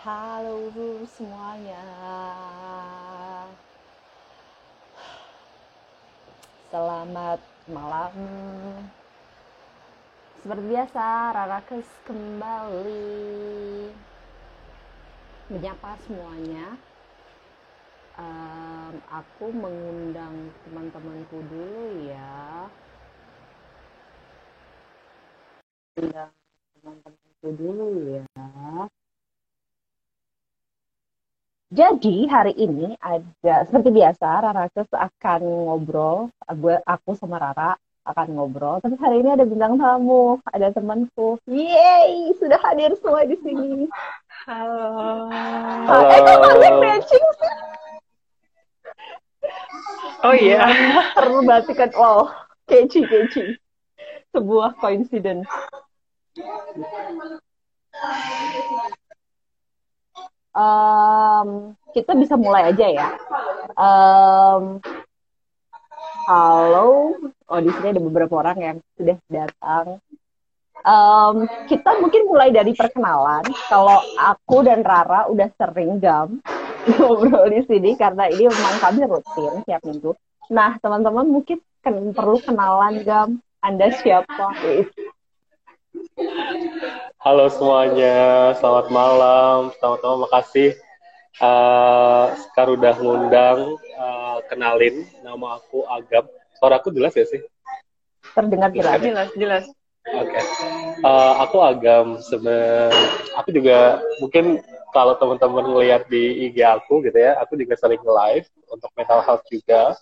Halo semuanya. Selamat malam. Seperti biasa, Rarakes kembali menyapa semuanya. Aku mengundang teman-temanku dulu ya. Undang teman-temanku dulu ya. Jadi hari ini ada seperti biasa Rarakes akan ngobrol, aku sama Rara akan ngobrol. Tapi hari ini ada bintang tamu, ada temanku. Yeay, sudah hadir semua di sini. Halo. Kok kalian matching sih? Oh iya. Terbatikan, wow, keci. Sebuah coincidence. Kita bisa mulai aja ya. Halo, di sini ada beberapa orang yang sudah datang. Kita mungkin mulai dari perkenalan. Kalau aku dan Rara udah sering ngobrol di sini karena ini memang kami rutin tiap minggu. Nah, teman-teman mungkin perlu kenalan Anda siapa? Halo semuanya, selamat malam. Makasih Sekar udah ngundang. Kenalin, nama aku Agam. Suara aku jelas ya sih? Terdengar jelas. Jelas. Oke. Aku Agam. Aku juga mungkin kalau teman-teman ngelihat di IG aku gitu ya, aku juga sering live untuk mental health juga.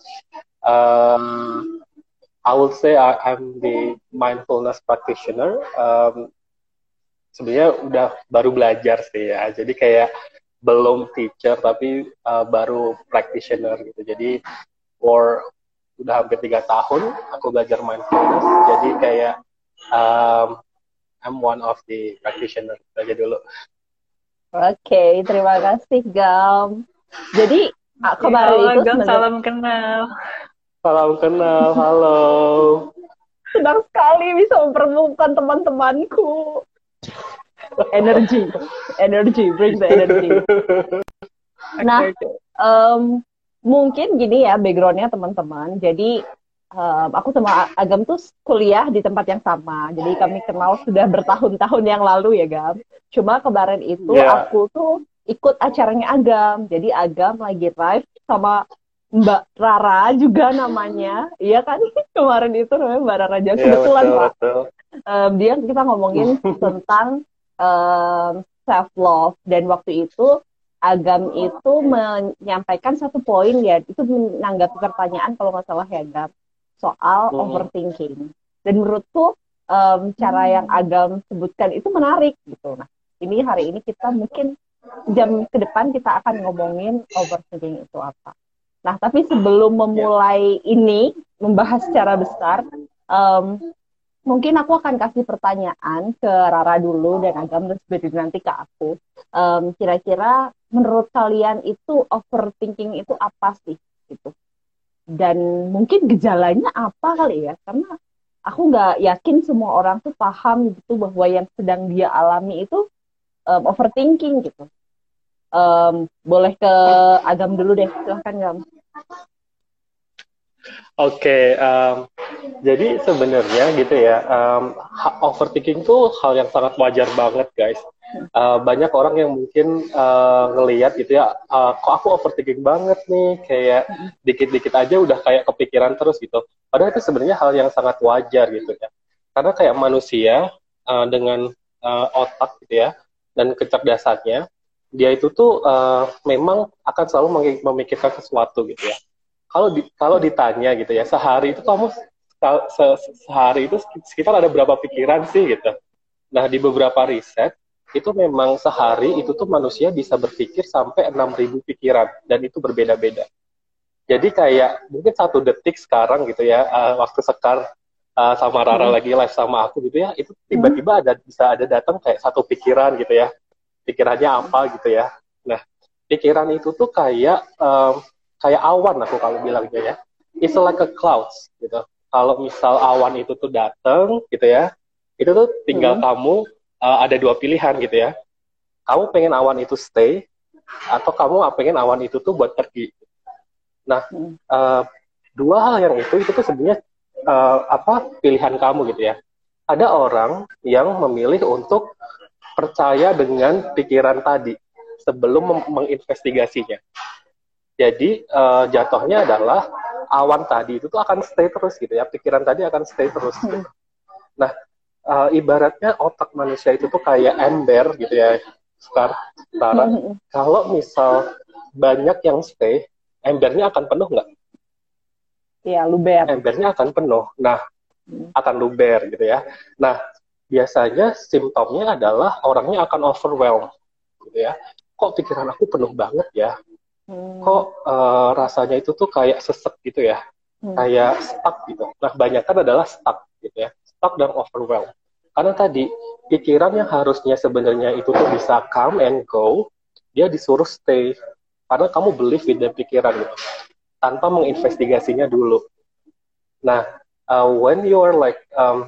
I would say I'm the mindfulness practitioner. Sebenarnya udah baru belajar sih ya, jadi kayak belum teacher tapi baru practitioner gitu. Jadi udah hampir 3 tahun aku belajar mindfulness, jadi kayak I'm one of the practitioner aja dulu. Oke, terima kasih Gam. Jadi kemarin itu salam kenal. Halo. Senang sekali bisa mempertemukan teman-temanku. Energy, bring the energy. Nah, mungkin gini ya backgroundnya teman-teman. Jadi aku sama Agam tuh kuliah di tempat yang sama. Jadi kami kenal sudah bertahun-tahun yang lalu ya Gam. Cuma kemarin itu aku tuh ikut acaranya Agam. Jadi Agam lagi live sama Mbak Rara juga namanya. Iya kan? Kemarin itu namanya Mbak Rara juga. Kebetulan Pak. Dia kita ngomongin tentang self love, dan waktu itu Agam itu menyampaikan satu poin ya, itu menanggapi pertanyaan kalau nggak salah ya Agam, soal overthinking. Dan menurutku cara yang Agam sebutkan itu menarik gitu. Nah, hari ini kita mungkin jam ke depan kita akan ngomongin overthinking itu apa. Nah, tapi sebelum memulai ini membahas secara besar, mungkin aku akan kasih pertanyaan ke Rara dulu dan Agam, terus baru nanti ke aku. Kira-kira menurut kalian itu overthinking itu apa sih? Gitu. Dan mungkin gejalanya apa kali ya? Karena aku nggak yakin semua orang tuh paham gitu bahwa yang sedang dia alami itu overthinking gitu. Boleh ke Agam dulu deh, silahkan Agam. Oke, jadi sebenarnya gitu ya, overthinking tuh hal yang sangat wajar banget guys. Banyak orang yang mungkin ngelihat gitu ya, kok aku overthinking banget nih, kayak dikit-dikit aja udah kayak kepikiran terus gitu. Padahal itu sebenarnya hal yang sangat wajar gitu ya. Karena kayak manusia dengan otak gitu ya, dan kecerdasannya, dia itu tuh memang akan selalu memikirkan sesuatu gitu ya. Kalau ditanya gitu ya, sehari itu kamu sehari itu sekitar ada berapa pikiran sih gitu. Nah, di beberapa riset itu memang sehari itu tuh manusia bisa berpikir sampai 6.000 pikiran, dan itu berbeda-beda. Jadi kayak mungkin 1 detik sekarang gitu ya, waktu Sekar sama Rara lagi live sama aku gitu ya, itu tiba-tiba bisa ada datang kayak 1 pikiran gitu ya. Pikirannya apa gitu ya. Nah, pikiran itu tuh kayak awan, aku kalau bilangnya ya. It's like a clouds gitu. Kalau misal awan itu tuh datang gitu ya, itu tuh tinggal kamu ada 2 pilihan gitu ya. Kamu pengen awan itu stay, atau kamu pengen awan itu tuh buat pergi. Nah, dua hal yang itu tuh sebenarnya pilihan kamu gitu ya. Ada orang yang memilih untuk percaya dengan pikiran tadi sebelum menginvestigasinya. Jadi jatuhnya adalah awan tadi itu tuh akan stay terus gitu ya, pikiran tadi akan stay terus. Gitu. Nah, ibaratnya otak manusia itu tuh kayak ember gitu ya, sekarang. Kalau misal banyak yang stay, embernya akan penuh nggak? Iya, luber. Embernya akan penuh. Nah, akan luber gitu ya. Nah, biasanya simptomnya adalah orangnya akan overwhelmed gitu ya. Kok pikiran aku penuh banget ya? Kok rasanya itu tuh kayak sesek gitu ya, kayak stuck gitu. Nah, kebanyakan adalah stuck gitu ya, stuck dan overwhelmed. Karena tadi pikiran yang harusnya sebenarnya itu tuh bisa come and go, dia disuruh stay karena kamu believe in the pikiran gitu, tanpa menginvestigasinya dulu. Nah, when you are like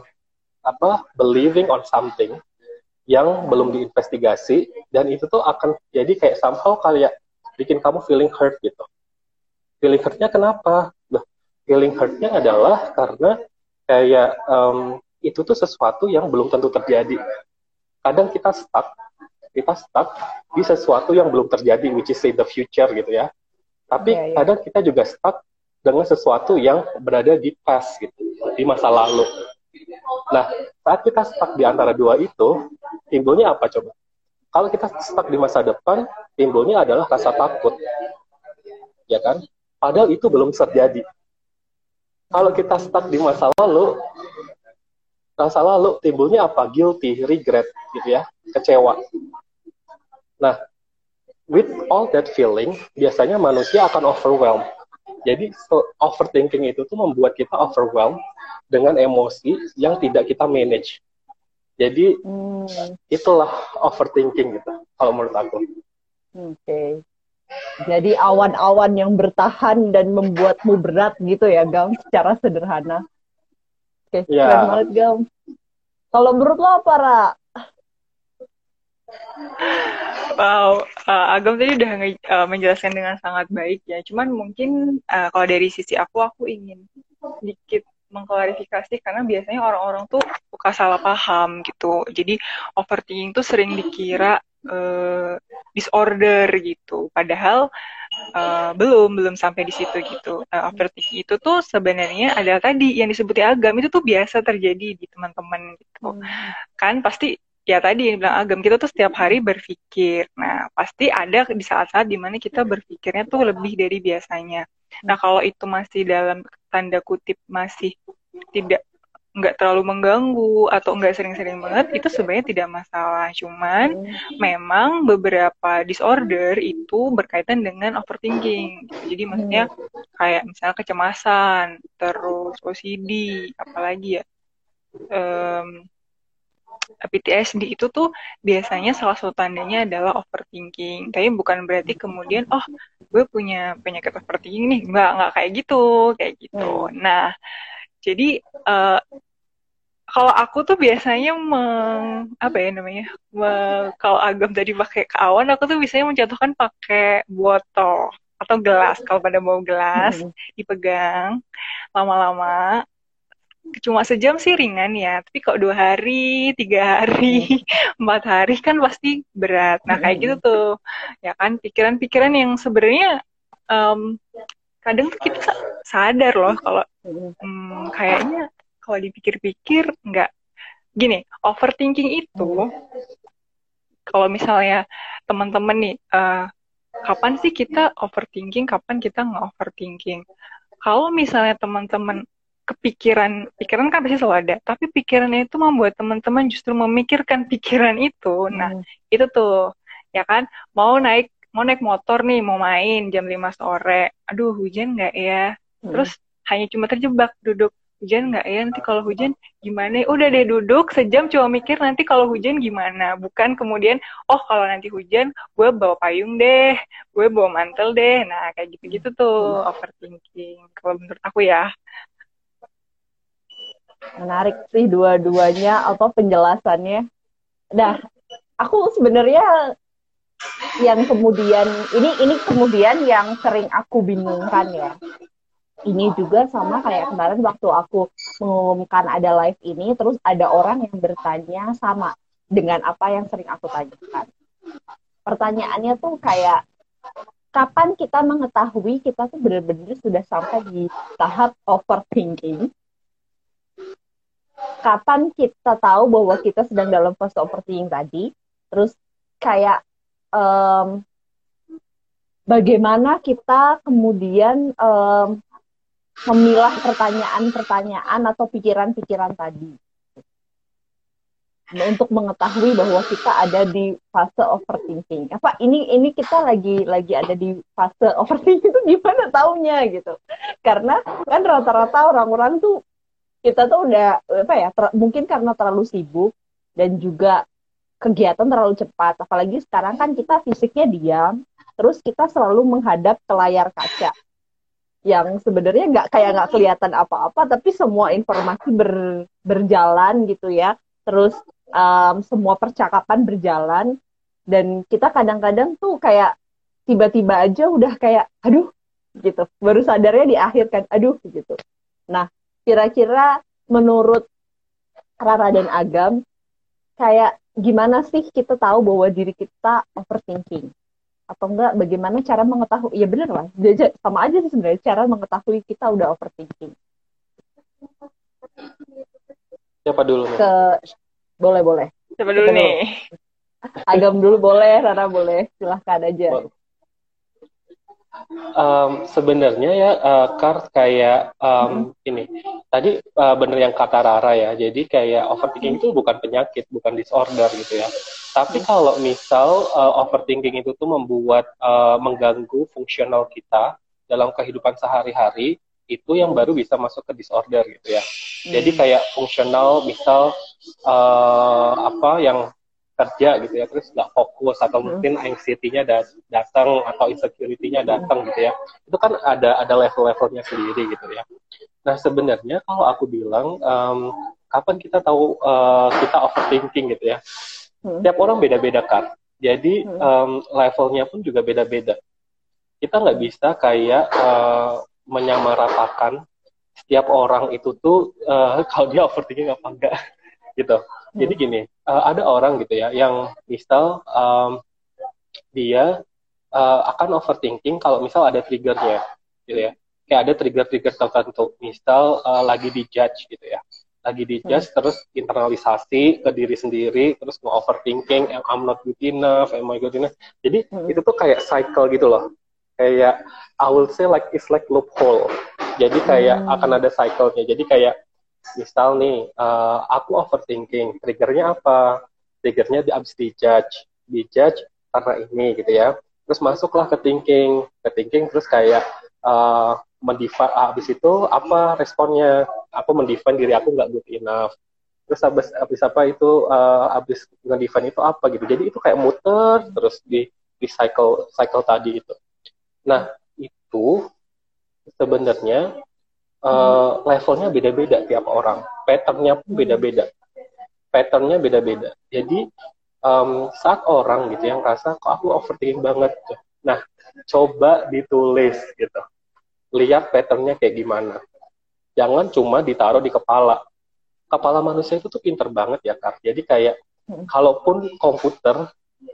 believing on something yang belum diinvestigasi, dan itu tuh akan jadi kayak somehow kayak bikin kamu feeling hurt gitu. Feeling hurtnya kenapa? Nah, feeling hurtnya adalah karena kayak itu tuh sesuatu yang belum tentu terjadi. Kadang kita stuck di sesuatu yang belum terjadi, which is in the future gitu ya. Tapi kadang kita juga stuck dengan sesuatu yang berada di past gitu, di masa lalu. Nah, saat kita stuck di antara dua itu, timbulnya apa coba? Kalau kita stuck di masa depan, timbulnya adalah rasa takut, ya kan? Padahal itu belum terjadi. Kalau kita stuck di masa lalu timbulnya apa? Guilty, regret, gitu ya, kecewa. Nah, with all that feeling, biasanya manusia akan overwhelmed. Jadi overthinking itu tuh membuat kita overwhelmed dengan emosi yang tidak kita manage. Jadi itulah overthinking gitu, kalau menurut aku. Oke. Jadi awan-awan yang bertahan dan membuatmu berat gitu ya, Gam, secara sederhana. Oke, keren banget, Gam. Kalau menurut lo apa, Ra? Wow, Agam tadi udah menjelaskan dengan sangat baik ya. Cuman mungkin kalau dari sisi aku ingin sedikit mengklarifikasi karena biasanya orang-orang tuh suka salah paham gitu. Jadi overthinking tuh sering dikira disorder gitu. Padahal belum sampai di situ gitu. Overthinking itu tuh sebenarnya adalah tadi yang disebut Agam itu tuh biasa terjadi di teman-teman gitu. Kan pasti ya tadi yang bilang Agam, kita tuh setiap hari berpikir. Nah, pasti ada di saat-saat dimana kita berpikirnya tuh lebih dari biasanya. Nah, kalau itu masih dalam tanda kutip masih nggak terlalu mengganggu atau nggak sering-sering banget, itu sebenarnya tidak masalah. Cuman memang beberapa disorder itu berkaitan dengan overthinking. Jadi maksudnya kayak misalnya kecemasan, terus OCD, apalagi ya, PTSD itu tuh biasanya salah satu tandanya adalah overthinking. Tapi bukan berarti kemudian, oh gue punya penyakit overthinking nih. Nggak kayak gitu. Nah, jadi kalau aku tuh biasanya kalau Agam tadi pakai kawan, aku tuh biasanya mencontohkan pakai botol atau gelas. Kalau pada mau gelas, dipegang lama-lama. Cuma sejam sih ringan ya, tapi kalau 2 hari, 3 hari, 4 hari kan pasti berat. Nah kayak gitu tuh, ya kan pikiran-pikiran yang sebenarnya kadang tuh kita sadar loh kalau kayaknya kalau dipikir-pikir nggak gini. Overthinking itu kalau misalnya teman-teman nih, kapan sih kita overthinking, kapan kita nggak overthinking? Kalau misalnya teman-teman pikiran kan pasti selalu ada, tapi pikirannya itu membuat teman-teman justru memikirkan pikiran itu. Nah, itu tuh, ya kan, mau naik motor nih, mau main jam 5 sore, aduh hujan nggak ya? Terus hanya cuma terjebak duduk, hujan nggak ya? Nanti kalau hujan gimana? Udah deh duduk sejam cuma mikir nanti kalau hujan gimana. Bukan kemudian, oh kalau nanti hujan, gue bawa payung deh, gue bawa mantel deh. Nah, kayak gitu-gitu tuh overthinking. Kalau menurut aku ya. Menarik sih dua-duanya apa penjelasannya. Nah, aku sebenarnya yang kemudian ini kemudian yang sering aku bingungkan ya. Ini juga sama kayak kemarin waktu aku mengumumkan ada live ini, terus ada orang yang bertanya sama dengan apa yang sering aku tanyakan. Pertanyaannya tuh kayak, kapan kita mengetahui kita tuh benar-benar sudah sampai di tahap overthinking? Kapan kita tahu bahwa kita sedang dalam fase overthinking tadi? Terus kayak bagaimana kita kemudian memilah pertanyaan-pertanyaan atau pikiran-pikiran tadi untuk mengetahui bahwa kita ada di fase overthinking. Apa ini kita lagi ada di fase overthinking itu gimana taunya gitu? Karena kan rata-rata orang-orang tuh kita tuh udah apa ya? Mungkin karena terlalu sibuk dan juga kegiatan terlalu cepat. Apalagi sekarang kan kita fisiknya diam, terus kita selalu menghadap ke layar kaca yang sebenarnya nggak kelihatan apa-apa, tapi semua informasi berjalan gitu ya. Terus semua percakapan berjalan, dan kita kadang-kadang tuh kayak tiba-tiba aja udah kayak aduh gitu, baru sadarnya di akhir kan aduh gitu. Nah, kira-kira menurut Rara dan Agam, kayak gimana sih kita tahu bahwa diri kita overthinking? Atau enggak, bagaimana cara mengetahui? Ya benar lah, sama aja sih sebenarnya cara mengetahui kita udah overthinking. Siapa dulu nih? Boleh. Siapa dulu nih? Agam dulu boleh, Rara boleh, silahkan aja. Sebenarnya ya, Kar, kayak ini tadi bener yang kata Rara ya. Jadi kayak overthinking itu bukan penyakit, bukan disorder gitu ya. Tapi kalau misal overthinking itu tuh membuat mengganggu fungsional kita dalam kehidupan sehari-hari, itu yang baru bisa masuk ke disorder gitu ya. Jadi kayak fungsional, misal apa yang kerja gitu ya, terus nggak fokus atau mungkin anxiety-nya datang atau insecurity-nya datang gitu ya, itu kan ada level-levelnya sendiri gitu ya. Nah sebenarnya kalau aku bilang kapan kita tahu kita overthinking gitu ya, tiap orang beda-beda kan, jadi levelnya pun juga beda-beda. Kita nggak bisa kayak menyamaratakan setiap orang itu tuh kalau dia overthinking apa enggak gitu. Jadi gini, ada orang gitu ya yang misal dia akan overthinking kalau misal ada triggernya gitu ya. Kayak ada trigger-trigger tertentu, misal lagi dijudge gitu ya. Lagi dijudge terus internalisasi ke diri sendiri, terus overthinking, I'm not good enough, am I good enough. Jadi itu tuh kayak cycle gitu loh. Kayak I will say like it's like loophole. Jadi kayak akan ada cycle-nya. Jadi kayak misal nih, aku overthinking, triggernya apa? Triggernya abis dijudge karena ini gitu ya. Terus masuklah ke thinking terus kayak mendefine, abis itu apa responnya? Aku mendefine diri aku nggak good enough. Terus abis apa itu, abis ngedefine itu apa gitu. Jadi itu kayak muter terus di cycle tadi itu. Nah itu sebenarnya levelnya beda-beda tiap orang, patternnya pun beda-beda, Jadi saat orang gitu yang rasa kok aku overthinking banget, nah coba ditulis gitu, lihat patternnya kayak gimana. Jangan cuma ditaruh di kepala. Kepala manusia itu tuh pinter banget ya Kak. Jadi kayak kalaupun komputer,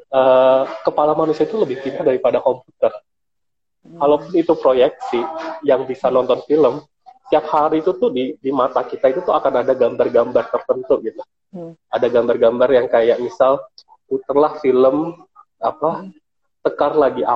kepala manusia itu lebih pintar daripada komputer. Kalaupun itu proyeksi yang bisa nonton film, tiap hari itu tuh di mata kita itu tuh akan ada gambar-gambar tertentu gitu. Ada gambar-gambar yang kayak misal puterlah film apa, sekar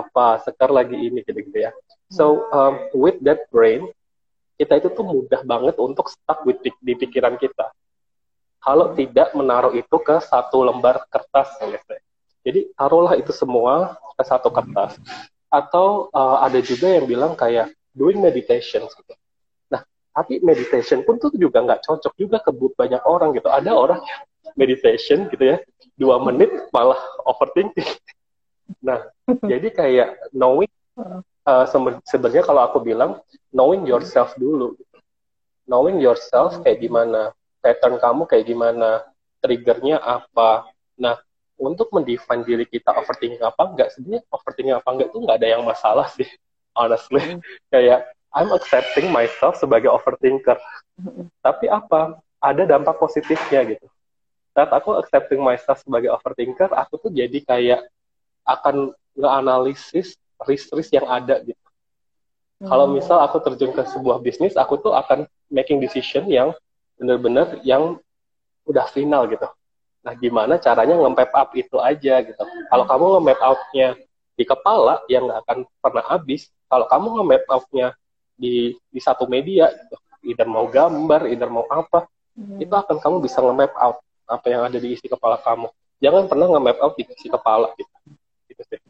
lagi ini gitu ya. So with that brain, kita itu tuh mudah banget untuk stuck di pikiran kita. Kalau tidak menaruh itu ke satu lembar kertas, jadi taruhlah itu semua ke satu kertas. Atau ada juga yang bilang kayak doing meditation gitu. Tapi meditation pun tuh juga nggak cocok juga ke banyak orang gitu. Ada orang yang meditation gitu ya, 2 menit malah overthinking. Nah, jadi kayak knowing, sebenarnya kalau aku bilang, knowing yourself dulu. Knowing yourself kayak gimana, pattern kamu kayak gimana, triggernya apa. Nah, untuk mendefine diri kita overthinking apa enggak, sebenarnya overthinking apa enggak tuh nggak ada yang masalah sih, honestly. Kayak I'm accepting myself sebagai overthinker. Tapi apa? Ada dampak positifnya gitu. Saat aku accepting myself sebagai overthinker, aku tuh jadi kayak akan nge-analisis risk-risk yang ada gitu. Kalau misal aku terjun ke sebuah bisnis, aku tuh akan making decision yang benar-benar yang udah final gitu. Nah, gimana caranya nge-map up itu aja gitu. Kalau kamu nge-map out-nya di kepala, yang nggak akan pernah habis. Kalau kamu nge-map out-nya di satu media gitu, either mau gambar, either mau apa, itu akan kamu bisa nge-map out apa yang ada di isi kepala kamu. Jangan pernah nge-map out di isi kepala gitu. Gitu sih.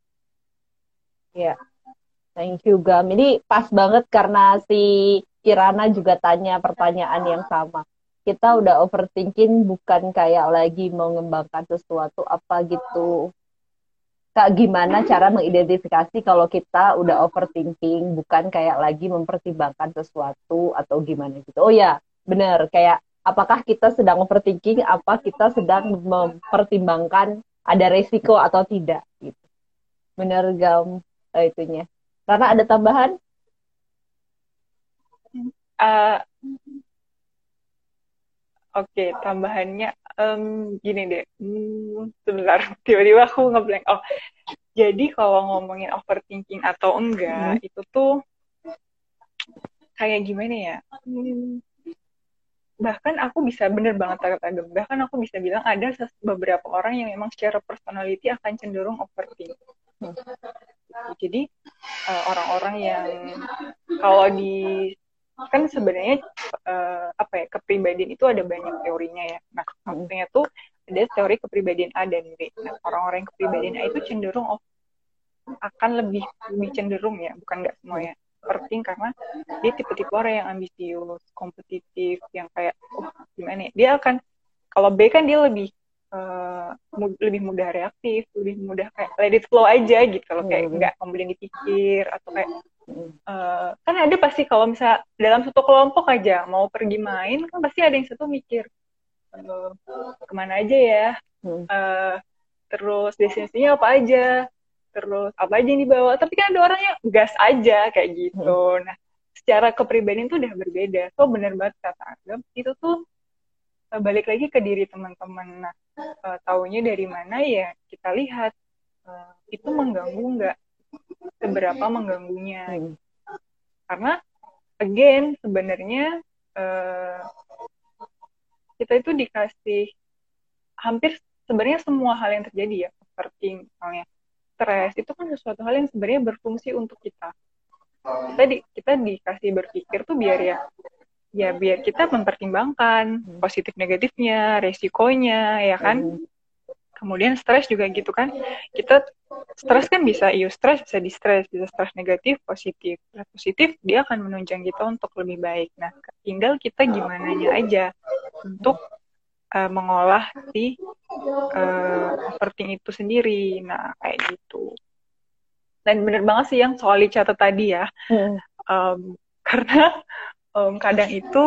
Iya. Thank you, Gam. Ini pas banget karena si Kirana juga tanya pertanyaan yang sama. Kita udah overthinking bukan kayak lagi mau mengembangkan sesuatu apa gitu. Kak, gimana cara mengidentifikasi kalau kita udah overthinking, bukan kayak lagi mempertimbangkan sesuatu atau gimana gitu. Oh ya, bener. Kayak apakah kita sedang overthinking, apa kita sedang mempertimbangkan ada resiko atau tidak gitu. Bener, Gam, itunya. Karena ada tambahan? Oke, tambahannya gini deh. Sebentar, tiba-tiba aku ngeblank. Oh, jadi kalau ngomongin overthinking atau enggak, itu tuh kayak gimana ya? Bahkan aku bisa bener banget agak-agak. Bahkan aku bisa bilang ada beberapa orang yang memang secara personality akan cenderung overthinking. Jadi orang-orang yang kalau di kan sebenarnya kepribadian itu ada banyak teorinya ya. Nah, maksudnya tuh ada teori kepribadian A dan B. Nah, orang-orang yang kepribadian A itu cenderung akan lebih cenderung ya, bukan nggak semuanya overthinking, karena dia tipe-tipe orang yang ambisius, kompetitif, yang kayak gimana ya? Dia akan, kalau B kan dia lebih mudah reaktif, lebih mudah kayak let it flow aja gitu loh, kayak nggak kemudian dipikir atau kayak kan ada pasti kalau misalnya dalam satu kelompok aja mau pergi main kan pasti ada yang satu mikir kemana aja ya, terus destinasinya apa aja, terus apa aja yang dibawa, tapi kan ada orang yang gas aja kayak gitu. Nah, secara kepribadian tuh udah berbeda. So bener banget kata Agam, itu tuh balik lagi ke diri teman-teman. Nah, taunya dari mana ya kita lihat itu mengganggu nggak, seberapa mengganggunya. Karena again sebenarnya kita itu dikasih hampir sebenarnya semua hal yang terjadi ya, seperti misalnya stres itu kan sesuatu hal yang sebenarnya berfungsi untuk kita. Kita dikasih berpikir tuh biar biar kita mempertimbangkan positif negatifnya, resikonya, ya kan. Kemudian stres juga gitu kan. Kita stres kan bisa stres, bisa di-stres, bisa stres negatif, positif. Stres positif dia akan menunjang kita untuk lebih baik. Nah, tinggal kita gimananya aja untuk mengolah si overthinking itu sendiri. Nah, kayak gitu. Dan bener banget sih yang soal dicatat tadi ya. Karena kadang itu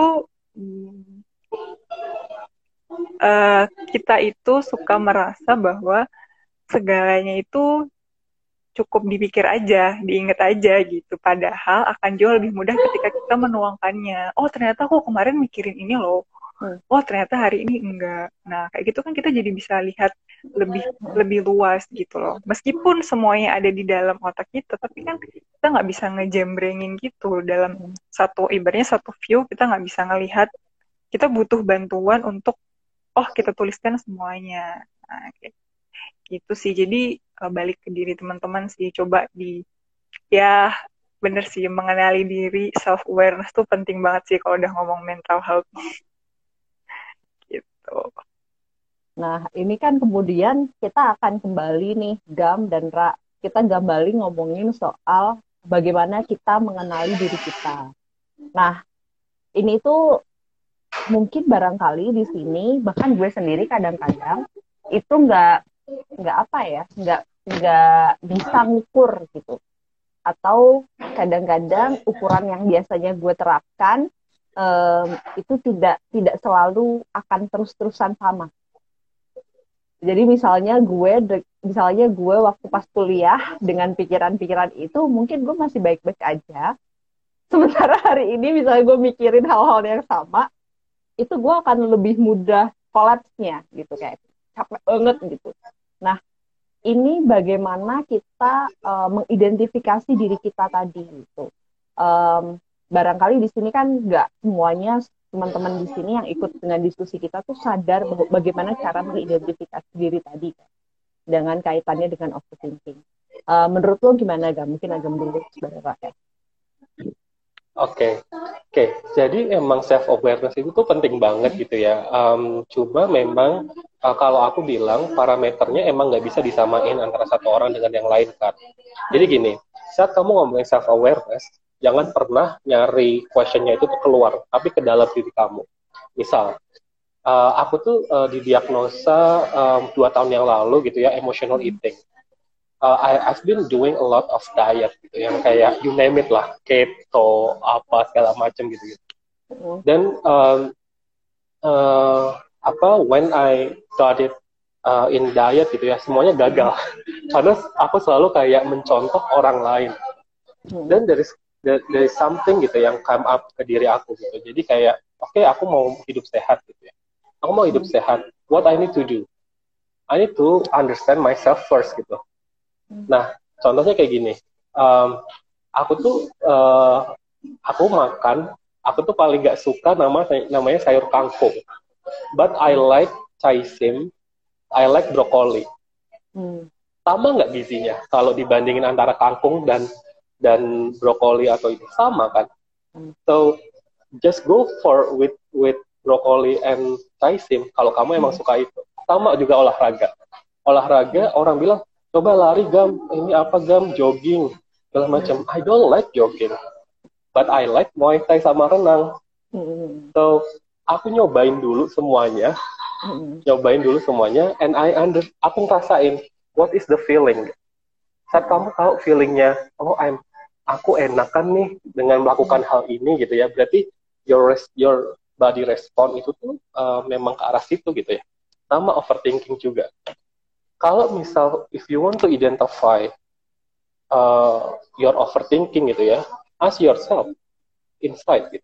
kita itu suka merasa bahwa segalanya itu cukup dipikir aja, diingat aja gitu. Padahal akan jauh lebih mudah ketika kita menuangkannya. Oh, ternyata aku kemarin mikirin ini loh. Oh, ternyata hari ini enggak. Nah, kayak gitu kan kita jadi bisa lihat lebih luas gitu loh. Meskipun semuanya ada di dalam otak kita, tapi kan kita nggak bisa ngejembrengin gitu dalam ibaratnya satu view, kita nggak bisa ngelihat. Kita butuh bantuan untuk kita tuliskan semuanya. Nah, kayak gitu sih. Jadi balik ke diri teman-teman sih, coba bener sih, mengenali diri, self awareness tuh penting banget sih kalau udah ngomong mental health. Gitu. Nah, ini kan kemudian kita akan kembali nih, Gam dan Ra, kita kembali ngomongin soal bagaimana kita mengenali diri kita. Nah, ini tuh mungkin barangkali di sini, bahkan gue sendiri kadang-kadang itu nggak bisa ngukur gitu. Atau kadang-kadang ukuran yang biasanya gue terapkan itu tidak selalu akan terus-terusan sama. Jadi misalnya gue waktu pas kuliah dengan pikiran-pikiran itu mungkin gue masih baik-baik aja. Sementara hari ini misalnya gue mikirin hal-hal yang sama, itu gue akan lebih mudah collapse-nya gitu, kayak capek banget gitu. Nah, ini bagaimana kita mengidentifikasi diri kita tadi gitu. Barangkali di sini kan nggak semuanya teman-teman di sini yang ikut dengan diskusi kita tuh sadar bagaimana cara mengidentifikasi diri tadi kan, dengan kaitannya dengan overthinking. Menurut lo gimana, Gam? Mungkin agak dulu sebenarnya. Oke. Jadi emang self awareness itu tuh penting banget gitu ya. Cuma memang kalau aku bilang parameternya emang nggak bisa disamain antara satu orang dengan yang lain kan. Jadi gini, saat kamu ngomongin self awareness, jangan pernah nyari questionnya itu tuh keluar, tapi ke dalam diri kamu. Misal, aku tuh didiagnosa 2 tahun yang lalu gitu ya, emotional eating. I've been doing a lot of diet gitu, yang kayak you name it lah, keto, apa segala macam gitu. Dan when I started in diet gitu ya, semuanya gagal karena aku selalu kayak mencontoh orang lain. Dan there is something gitu yang come up ke diri aku gitu. Jadi kayak oke, aku mau hidup sehat gitu ya. Aku mau hidup sehat. What I need to do? I need to understand myself first gitu. Nah, contohnya kayak gini. Aku tuh paling gak suka namanya sayur kangkung. But I like caisim, I like brokoli. Sama nggak gizinya kalau dibandingin antara kangkung dan brokoli atau itu, sama kan? So just go for with brokoli and caisim kalau kamu emang suka itu. Sama juga olahraga orang bilang coba lari, Gam, ini apa, Gam, jogging segala macam. I don't like jogging, but I like Muay Thai sama renang. So aku nyobain dulu semuanya, and aku ngerasain what is the feeling. Saat kamu tahu feelingnya, aku enakan nih dengan melakukan hal ini gitu ya, berarti your body respond itu tuh memang ke arah situ gitu ya. Sama overthinking juga. Kalau misal if you want to identify your overthinking gitu ya, ask yourself inside gitu.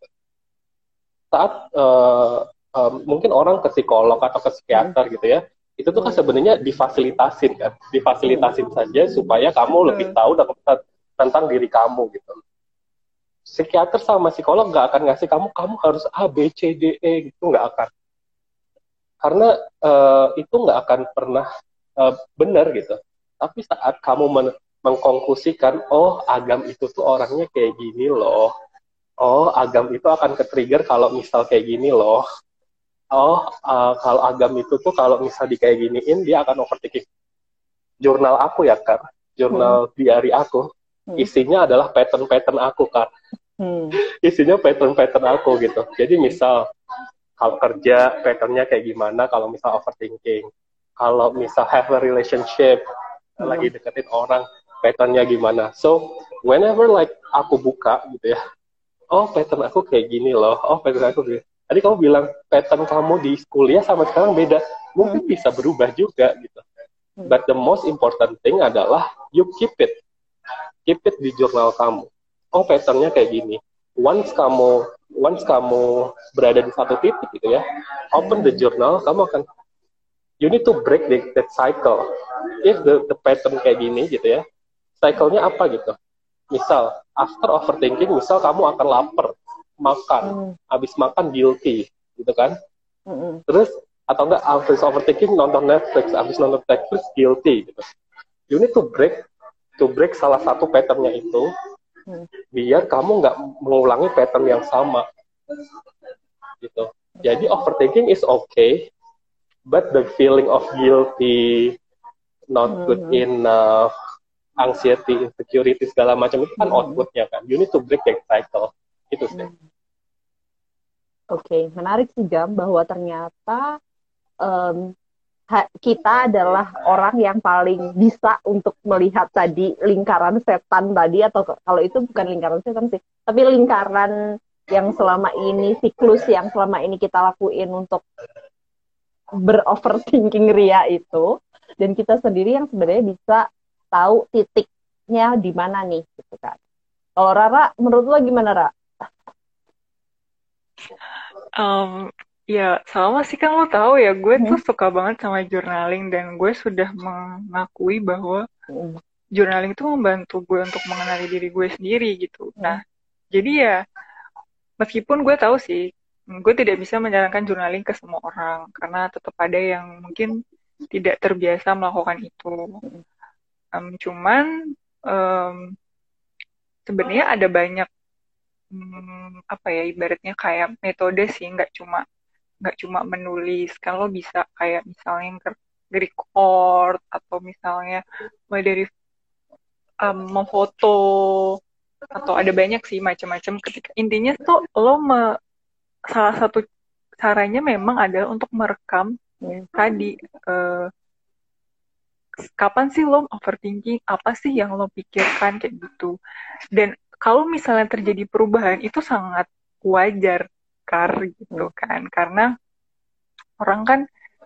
Saat mungkin orang ke psikolog atau ke psikiater gitu ya, itu tuh kan sebenarnya difasilitasin saja supaya kamu lebih tahu tentang diri kamu gitu. Psikiater sama psikolog nggak akan ngasih kamu harus A, B, C, D, E gitu, nggak akan. Karena itu nggak akan pernah benar gitu. Tapi saat kamu mengkonklusikan, oh Agam itu tuh orangnya kayak gini loh. Oh Agam itu akan ke-trigger kalau misal kayak gini loh. Oh kalau Agam itu tuh kalau misal di kayak giniin dia akan overthinking. Jurnal aku ya Kak, jurnal diary aku, isinya adalah pattern-pattern aku Kak. Isinya pattern-pattern aku gitu. Jadi misal kalau kerja patternnya kayak gimana, kalau misal overthinking. Kalau misal have a relationship, lagi deketin orang, patternnya gimana. So, whenever like aku buka gitu ya, oh pattern aku kayak gini loh, oh pattern aku gini. Tadi kamu bilang pattern kamu di kuliah sama sekarang beda, mungkin bisa berubah juga gitu. But the most important thing adalah you keep it di jurnal kamu. Oh patternnya kayak gini. Once kamu berada di satu titik gitu ya, open the journal, kamu akan you need to break that cycle. If the pattern kayak gini gitu ya, cycle-nya apa gitu. Misal, after overthinking, misal kamu akan lapar, makan, habis makan guilty, gitu kan. Terus, atau enggak, habis overthinking, nonton Netflix, habis nonton Netflix, guilty, gitu. You need to break salah satu pattern-nya itu, biar kamu nggak mengulangi pattern yang sama. Gitu. Jadi, overthinking is okay, but the feeling of guilty, not good enough, anxiety, insecurity, segala macam itu kan outputnya kan. You need to break that cycle. Itu sih. Oke, menarik sih Gam, bahwa ternyata kita adalah orang yang paling bisa untuk melihat tadi lingkaran setan tadi, atau kalau itu bukan lingkaran setan sih, tapi lingkaran yang selama ini, siklus yang selama ini kita lakuin untuk beroverthinking ria itu, dan kita sendiri yang sebenarnya bisa tahu titiknya di mana nih gitu kan. Kalau Rara, menurut lo gimana, Ra? Ya sama sih, kan lo tahu ya gue tuh suka banget sama journaling, dan gue sudah mengakui bahwa journaling itu membantu gue untuk mengenali diri gue sendiri gitu. Nah, jadi ya meskipun gue tahu sih, gue tidak bisa menjalankan journaling ke semua orang karena tetap ada yang mungkin tidak terbiasa melakukan itu. Cuman sebenarnya ada banyak apa ya, ibaratnya kayak metode sih, nggak cuma menulis. Kalau bisa kayak misalnya record, atau misalnya mulai dari memfoto, atau ada banyak sih macam-macam. Ketika intinya tuh salah satu caranya memang adalah untuk merekam tadi kapan sih lo overthinking, apa sih yang lo pikirkan kayak gitu. Dan kalau misalnya terjadi perubahan itu sangat wajar gitu kan, karena orang kan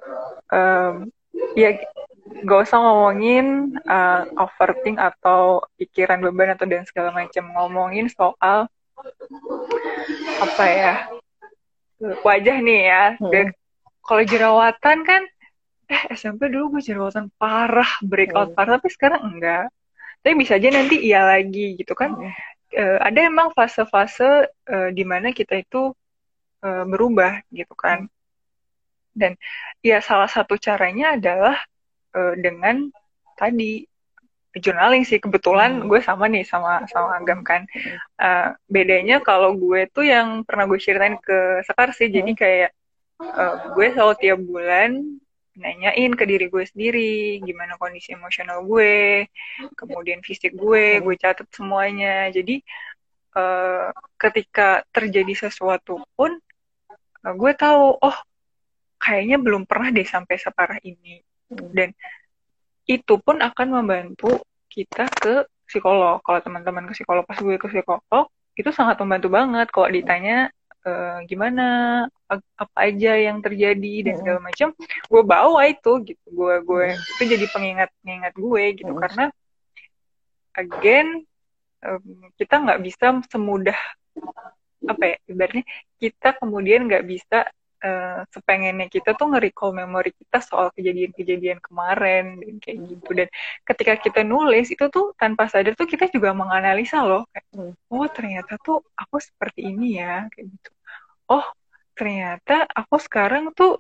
ya gak usah ngomongin overthink atau pikiran beban atau dan segala macam, ngomongin soal apa ya, wajah nih ya. Kalau jerawatan kan SMP dulu gue jerawatan parah, breakout parah, tapi sekarang enggak. Tapi bisa aja nanti iya lagi gitu kan. Ada emang fase-fase di mana kita itu berubah gitu kan. Dan ya salah satu caranya adalah dengan tadi journaling sih. Kebetulan gue sama nih sama Agam kan. Bedanya kalau gue tuh yang pernah gue ceritain ke Sekar sih, jadi kayak gue selalu tiap bulan nanyain ke diri gue sendiri gimana kondisi emosional gue, kemudian fisik gue catat semuanya. Jadi ketika terjadi sesuatu pun gue tahu, oh kayaknya belum pernah deh sampai separah ini. Dan itu pun akan membantu kita ke psikolog. Kalau teman-teman ke psikolog, pas gue ke psikolog itu sangat membantu banget. Kalau ditanya gimana, apa aja yang terjadi dan segala macam, gue bawa itu gitu. Gue itu jadi pengingat gue gitu, karena again kita nggak bisa semudah apa ya, ibaratnya kita kemudian nggak bisa sepengennya kita tuh nge-recall memori kita soal kejadian-kejadian kemarin dan kayak gitu. Dan ketika kita nulis itu tuh tanpa sadar tuh kita juga menganalisa loh, kayak, oh ternyata tuh aku seperti ini ya, kayak gitu. Oh ternyata aku sekarang tuh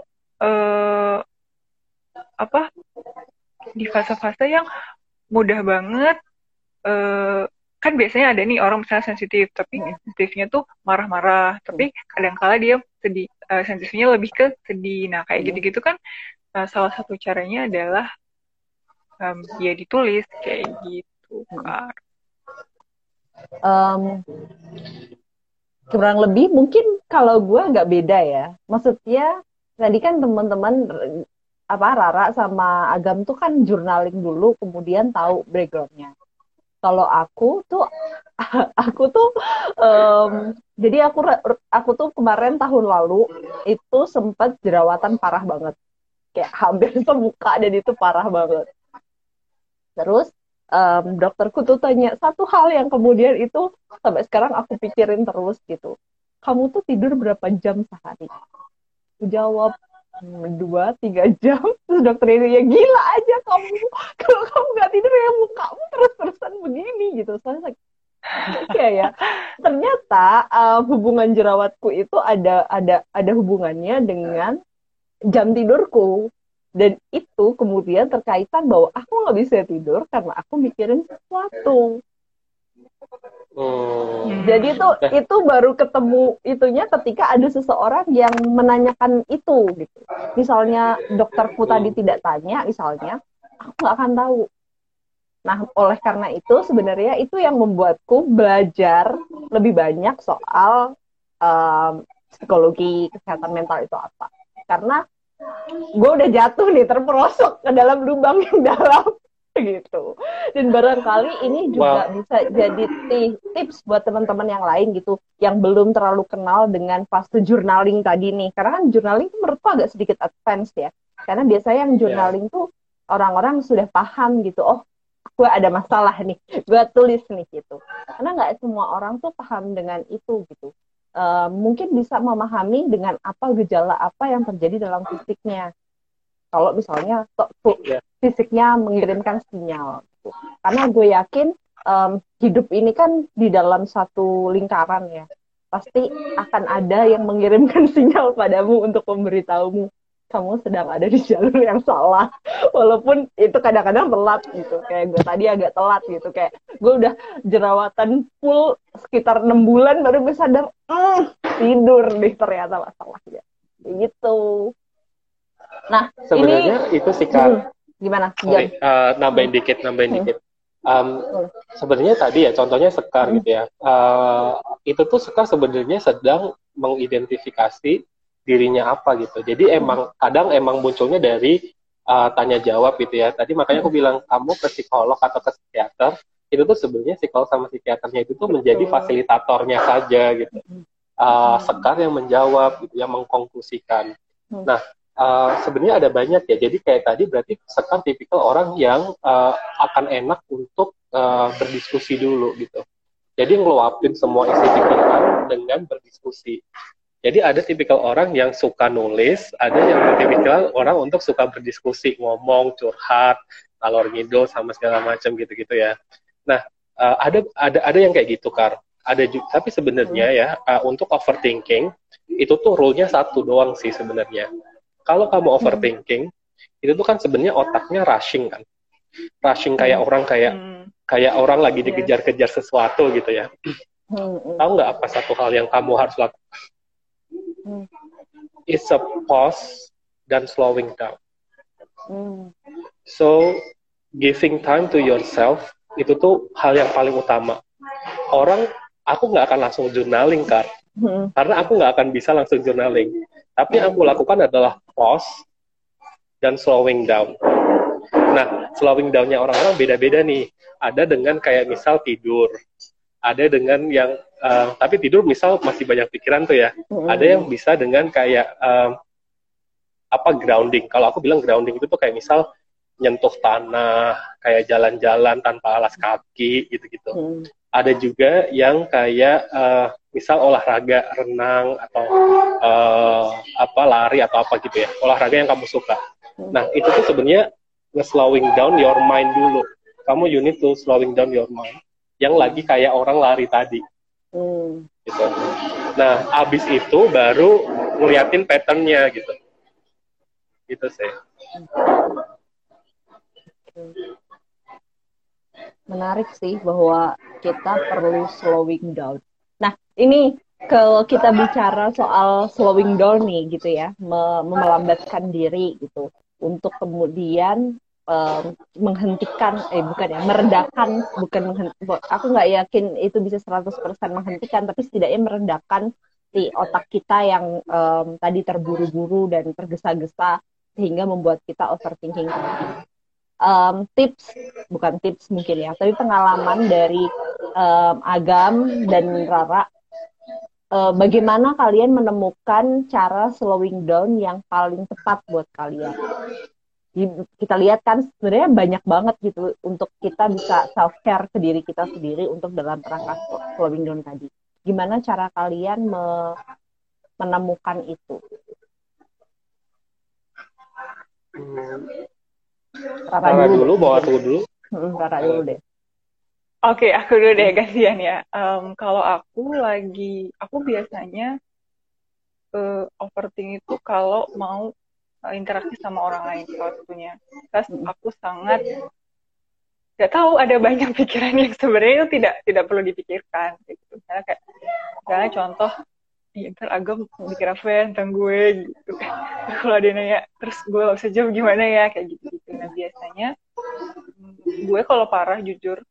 di fase-fase yang mudah banget kan biasanya ada nih orang misalnya sensitif, tapi sensitifnya tuh marah-marah, tapi kadang-kala dia sedih, sensitifnya lebih ke sedih. Nah kayak gitu-gitu kan salah satu caranya adalah ya ditulis kayak gitu kan. Kurang lebih mungkin kalau gue nggak beda ya. Maksudnya tadi kan teman-teman Rara sama Agam tuh kan journaling dulu, kemudian tahu backgroundnya. Kalau aku tuh jadi aku tuh kemarin tahun lalu itu sempat jerawatan parah banget, kayak hampir semuka, dan itu parah banget. Terus dokterku tuh tanya satu hal yang kemudian itu sampai sekarang aku pikirin terus gitu, kamu tuh tidur berapa jam sehari? Aku jawab 2-3 jam. Terus dokter ini, ya gila aja kamu, kalau kamu nggak tidur ya mukamu terus-terusan begini gitu. Soalnya ya ternyata hubungan jerawatku itu ada hubungannya dengan jam tidurku, dan itu kemudian terkaitan bahwa aku nggak bisa tidur karena aku mikirin sesuatu. Jadi itu baru ketemu itunya ketika ada seseorang yang menanyakan itu gitu. Misalnya dokterku tadi tidak tanya, misalnya aku nggak akan tahu. Nah, oleh karena itu sebenarnya itu yang membuatku belajar lebih banyak soal psikologi kesehatan mental itu apa. Karena gue udah jatuh nih, terperosok ke dalam lubang yang dalam gitu. Dan barangkali ini juga bisa jadi tips buat teman-teman yang lain gitu, yang belum terlalu kenal dengan fase journaling tadi nih. Karena kan journaling tuh menurutku agak sedikit advance ya. Karena biasanya yang journaling tuh orang-orang sudah paham gitu, oh gue ada masalah nih, gue tulis nih gitu. Karena nggak semua orang tuh paham dengan itu gitu. Mungkin bisa memahami dengan apa gejala apa yang terjadi dalam fisiknya. Kalau misalnya fisiknya mengirimkan sinyal. Gitu. Karena gue yakin hidup ini kan di dalam satu lingkaran ya. Pasti akan ada yang mengirimkan sinyal padamu untuk memberitahumu kamu sedang ada di jalur yang salah. Walaupun itu kadang-kadang telat gitu. Kayak gue tadi agak telat gitu. Kayak gue udah jerawatan full sekitar 6 bulan baru gue sadar, tidur deh ternyata masalahnya. Gitu. Nah, sebenarnya itu sih Kak. Gimana? Nambahin dikit. Sebenarnya tadi ya contohnya Sekar gitu ya. Itu tuh Sekar sebenarnya sedang mengidentifikasi dirinya apa gitu. Jadi kadang munculnya dari tanya jawab gitu ya. Tadi makanya aku bilang kamu ke psikolog atau ke psikiater, itu tuh sebenarnya psikolog sama psikiaternya itu tuh menjadi fasilitatornya saja gitu. Sekar yang menjawab gitu, yang mengkonklusikan. Nah, sebenarnya ada banyak ya. Jadi kayak tadi berarti Sekar tipikal orang yang akan enak untuk berdiskusi dulu gitu. Jadi ngeluapin semua isi pikiran dengan berdiskusi. Jadi ada tipikal orang yang suka nulis, ada yang tipikal orang untuk suka berdiskusi, ngomong, curhat, ngalor ngidul sama segala macam gitu-gitu ya. Nah, ada yang kayak gitu Kar. Tapi sebenarnya ya untuk overthinking itu tuh rule-nya satu doang sih sebenarnya. Kalau kamu overthinking, itu tuh kan sebenarnya otaknya rushing kan. Rushing kayak orang lagi dikejar-kejar sesuatu gitu ya. Tahu nggak apa satu hal yang kamu harus lakukan? It's a pause dan slowing down. So, giving time to yourself itu tuh hal yang paling utama. Aku nggak akan langsung journaling kan, karena aku nggak akan bisa langsung journaling. Tapi yang aku lakukan adalah pause dan slowing down. Nah, slowing down-nya orang-orang beda-beda nih. Ada dengan kayak misal tidur, ada dengan yang tapi tidur misal masih banyak pikiran tuh ya. Ada yang bisa dengan kayak grounding. Kalau aku bilang grounding itu tuh kayak misal nyentuh tanah, kayak jalan-jalan tanpa alas kaki gitu-gitu. Ada juga yang kayak misal olahraga, renang atau lari atau apa gitu ya. Olahraga yang kamu suka. Nah, itu tuh sebenarnya nge-slowing down your mind dulu. Kamu you need to slowing down your mind. Yang lagi kayak orang lari tadi. Gitu. Nah, abis itu baru ngeliatin pattern-nya gitu. Gitu sih. Menarik sih bahwa kita perlu slowing down. Nah, ini kalau kita bicara soal slowing down nih gitu ya, melambatkan diri gitu untuk kemudian menghentikan, meredakan, aku nggak yakin itu bisa 100% menghentikan, tapi setidaknya meredakan si otak kita yang tadi terburu-buru dan tergesa-gesa sehingga membuat kita overthinking. Bukan tips mungkin ya, tapi pengalaman dari Agam dan Rara, bagaimana kalian menemukan cara slowing down yang paling tepat buat kalian? Kita lihat kan sebenarnya banyak banget gitu untuk kita bisa self care ke diri kita sendiri untuk dalam rangka slowing down tadi. Gimana cara kalian menemukan itu? Rara dulu, bawa aku dulu. Rara dulu deh. Oke, aku dulu deh, gantian ya. Kalau aku biasanya overthinking itu kalau mau interaksi sama orang lain salah satunya. Terus aku sangat nggak tahu, ada banyak pikiran yang sebenarnya itu tidak perlu dipikirkan gitu. Misalnya contoh, ntar Agam mikir apa ya tentang gue gitu. Kalau dia nanya, terus gue gak bisa jawab gimana ya, kayak gitu. Nah biasanya gue kalau parah jujur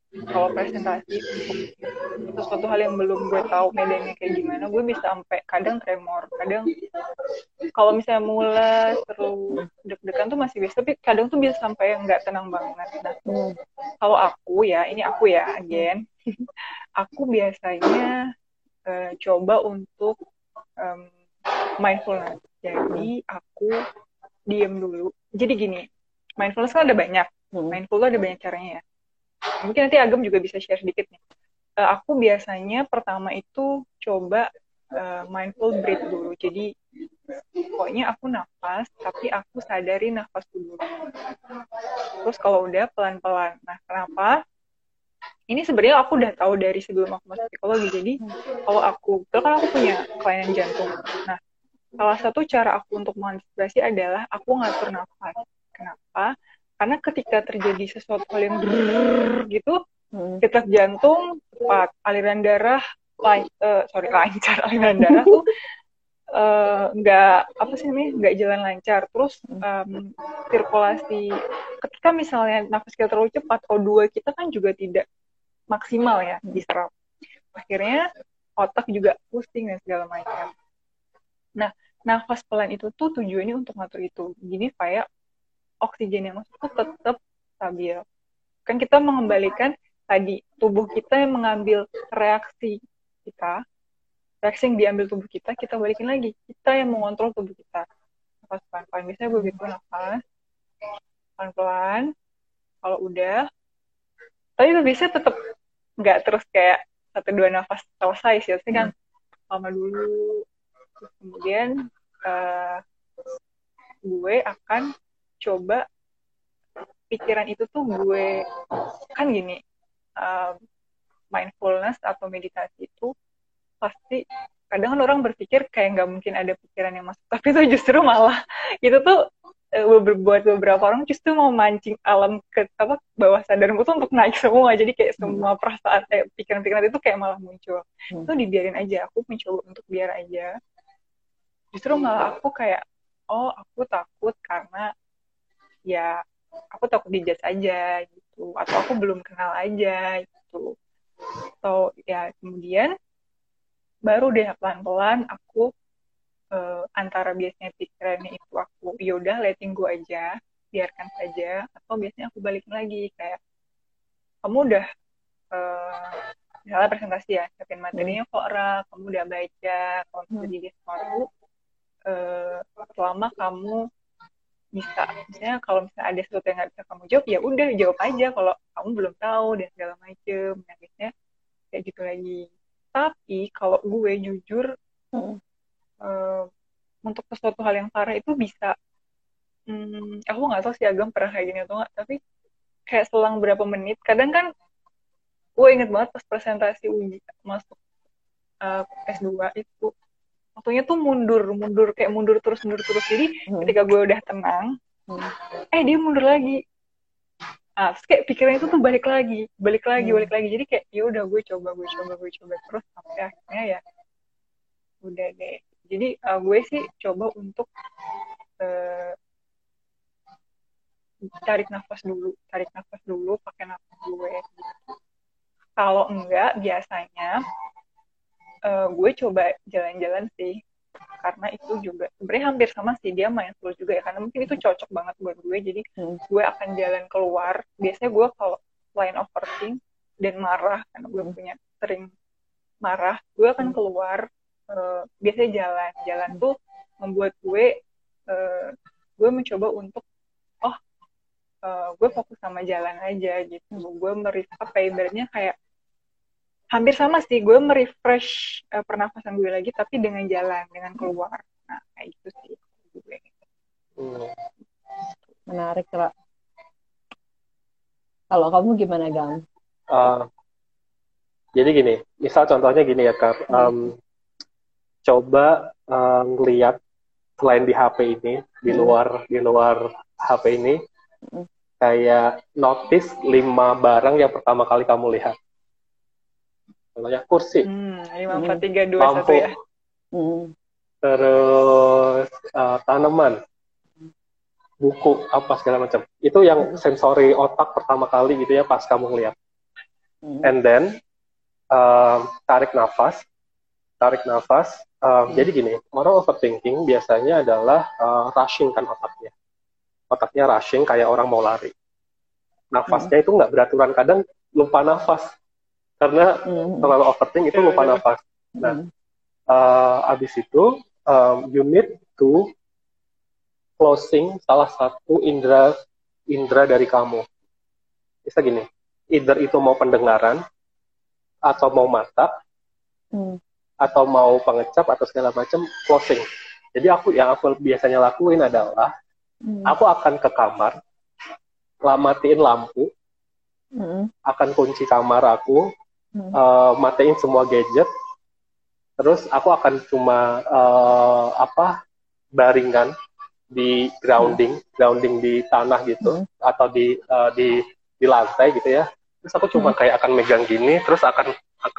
kalau presentasi sesuatu hal yang belum gue tahu medannya kayak gimana, gue bisa sampai kadang tremor, kadang kalau misalnya mules terus deg-degan tuh masih bisa, tapi kadang tuh bisa sampai yang nggak tenang banget. Nah, kalau aku ya, ini aku ya, again, aku biasanya coba untuk mindfulness. Jadi aku diem dulu. Jadi gini, mindfulness kan ada banyak. Mindful ada banyak caranya ya. Mungkin nanti Agam juga bisa share sedikit nih. Aku biasanya pertama itu coba mindful breathe dulu. Jadi pokoknya aku nafas, tapi aku sadari nafas dulu. Terus kalau udah pelan-pelan. Nah, kenapa? Ini sebenarnya aku udah tahu dari sebelum aku masuk psikologi. Jadi kalau aku, betul kan aku punya kelainan jantung. Nah, salah satu cara aku untuk mengantisipasi adalah aku ngatur nafas. Kenapa? Karena ketika terjadi sesuatu hal yang gitu, detak jantung cepat, aliran darah lancar, aliran darah tuh nggak apa sih namanya, nggak jalan lancar. Terus sirkulasi, ketika misalnya nafas kita terlalu cepat, O2 kita kan juga tidak maksimal ya diserap. Akhirnya otak juga pusing dan segala macam. Nah, nafas pelan itu tuh tujuannya untuk ngatur itu. Gini supaya oksigen yang masuk tuh tetap stabil. Kan kita mengembalikan tadi tubuh kita yang mengambil reaksi kita, reaksi yang diambil tubuh kita balikin lagi. Kita yang mengontrol tubuh kita. Nafas pelan-pelan. Biasanya begitu nafas pelan-pelan. Kalau udah, tapi itu biasanya tetap nggak terus kayak 1-2 nafas selesai sih. Biasanya kan lama dulu. Terus kemudian gue akan coba pikiran itu tuh gue kan gini, mindfulness atau meditasi itu pasti kadang kan orang berpikir kayak nggak mungkin ada pikiran yang masuk, tapi itu justru malah itu tuh buat beberapa orang justru mau mancing alam ke bawah sadarmu tuh untuk naik semua, jadi kayak semua perasaan pikiran-pikiran itu kayak malah muncul. Itu dibiarin aja, aku mencoba untuk biar aja. Justru malah aku kayak aku takut karena ya aku takut dijudge aja gitu, atau aku belum kenal aja gitu, atau ya kemudian baru deh pelan-pelan aku antara biasanya pikirannya itu aku yaudah letting go aja, biarkan saja, atau biasanya aku balikin lagi kayak kamu udah misalnya presentasi ya, siapin materinya kok Ra, kamu udah baca, kalau terjadi sesuatu selama kamu bisa, misalnya kalau misalnya ada sesuatu yang nggak bisa kamu jawab, ya udah jawab aja kalau kamu belum tahu dan segala macem. Nah, biasanya kayak gitu lagi. Tapi kalau gue jujur untuk sesuatu hal yang parah itu bisa aku nggak tahu sih Agam pernah kayak gini atau nggak, tapi kayak selang berapa menit kadang kan gue inget banget pas presentasi uji masuk S2 itu waktunya tuh mundur kayak mundur terus. Jadi ketika gue udah tenang dia mundur lagi. Terus kayak pikirannya itu tuh balik lagi. Jadi kayak ya udah gue coba terus sampai akhirnya ya udah deh. Jadi gue sih coba untuk tarik nafas dulu pakai nafas gue gitu. Kalau enggak biasanya gue coba jalan-jalan sih, karena itu juga sebenarnya hampir sama sih, dia mindful juga ya, karena mungkin itu cocok banget buat gue. Jadi gue akan jalan keluar. Biasanya gue kalau selain overthink dan marah, karena gue punya sering marah, gue akan keluar. Biasanya jalan tuh membuat gue mencoba untuk gue fokus sama jalan aja gitu. Gue ibaratnya kayak hampir sama sih, gue merefresh pernafasan gue lagi, tapi dengan jalan, dengan keluar. Nah, kayak gitu sih gue. Menarik, Kak. Kalau kamu gimana, Gang? Jadi gini, misal contohnya gini ya, Kak. Coba ngeliat selain di HP ini, di luar HP ini, kayak notice 5 barang yang pertama kali kamu lihat. Contohnya kursi, 5, 4, 3, 2, lampu, 1 ya. Terus tanaman, buku, apa segala macam. Itu yang sensori otak pertama kali gitu ya pas kamu ngeliat. And then tarik nafas. Jadi gini, orang overthinking biasanya adalah rushing kan otaknya rushing kayak orang mau lari. Nafasnya itu nggak beraturan, kadang lupa nafas karena terlalu overthinking itu lupa nafas. Nah, abis itu you need to closing salah satu indera dari kamu. Bisa gini, either itu mau pendengaran atau mau mata atau mau pengecap atau segala macam, closing. Jadi yang aku biasanya lakuin adalah aku akan ke kamar, matiin lampu, akan kunci kamar aku, matiin semua gadget, terus aku akan cuma baringan di grounding di tanah gitu, atau di lantai gitu ya. Terus aku cuma kayak akan megang gini, terus akan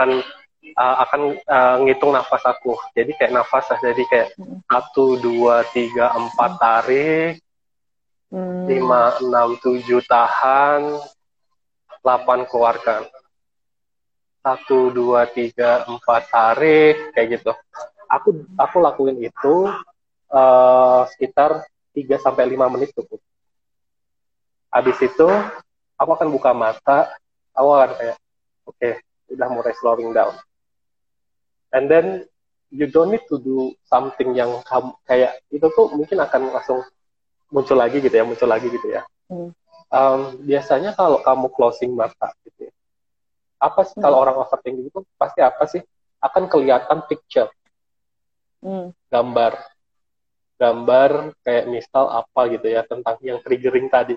ngitung nafas aku. Jadi kayak nafas, jadi kayak 1, 2, 3, 4 tarik, 5, 6, 7 tahan, 8 keluarkan. 1, 2, 3, 4 tarik, kayak gitu. Aku lakuin itu sekitar 3-5 menit cukup. Habis itu aku akan buka mata, aku akan kayak oke, udah mulai slowing down. And then you don't need to do something yang kayak itu tuh mungkin akan langsung muncul lagi gitu ya. Biasanya kalau kamu closing mata gitu ya, apa sih kalau orang overthinking itu pasti apa sih? Akan kelihatan picture, gambar kayak misal apa gitu ya, tentang yang triggering tadi.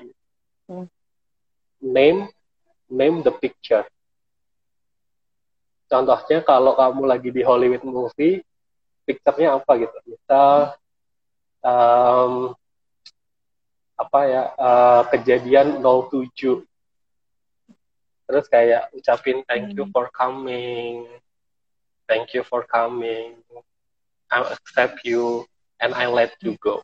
Name the picture. Contohnya kalau kamu lagi di Hollywood movie, picture-nya apa gitu? Misal kejadian 07. Terus kayak ucapin thank you for coming, I accept you and I let you go.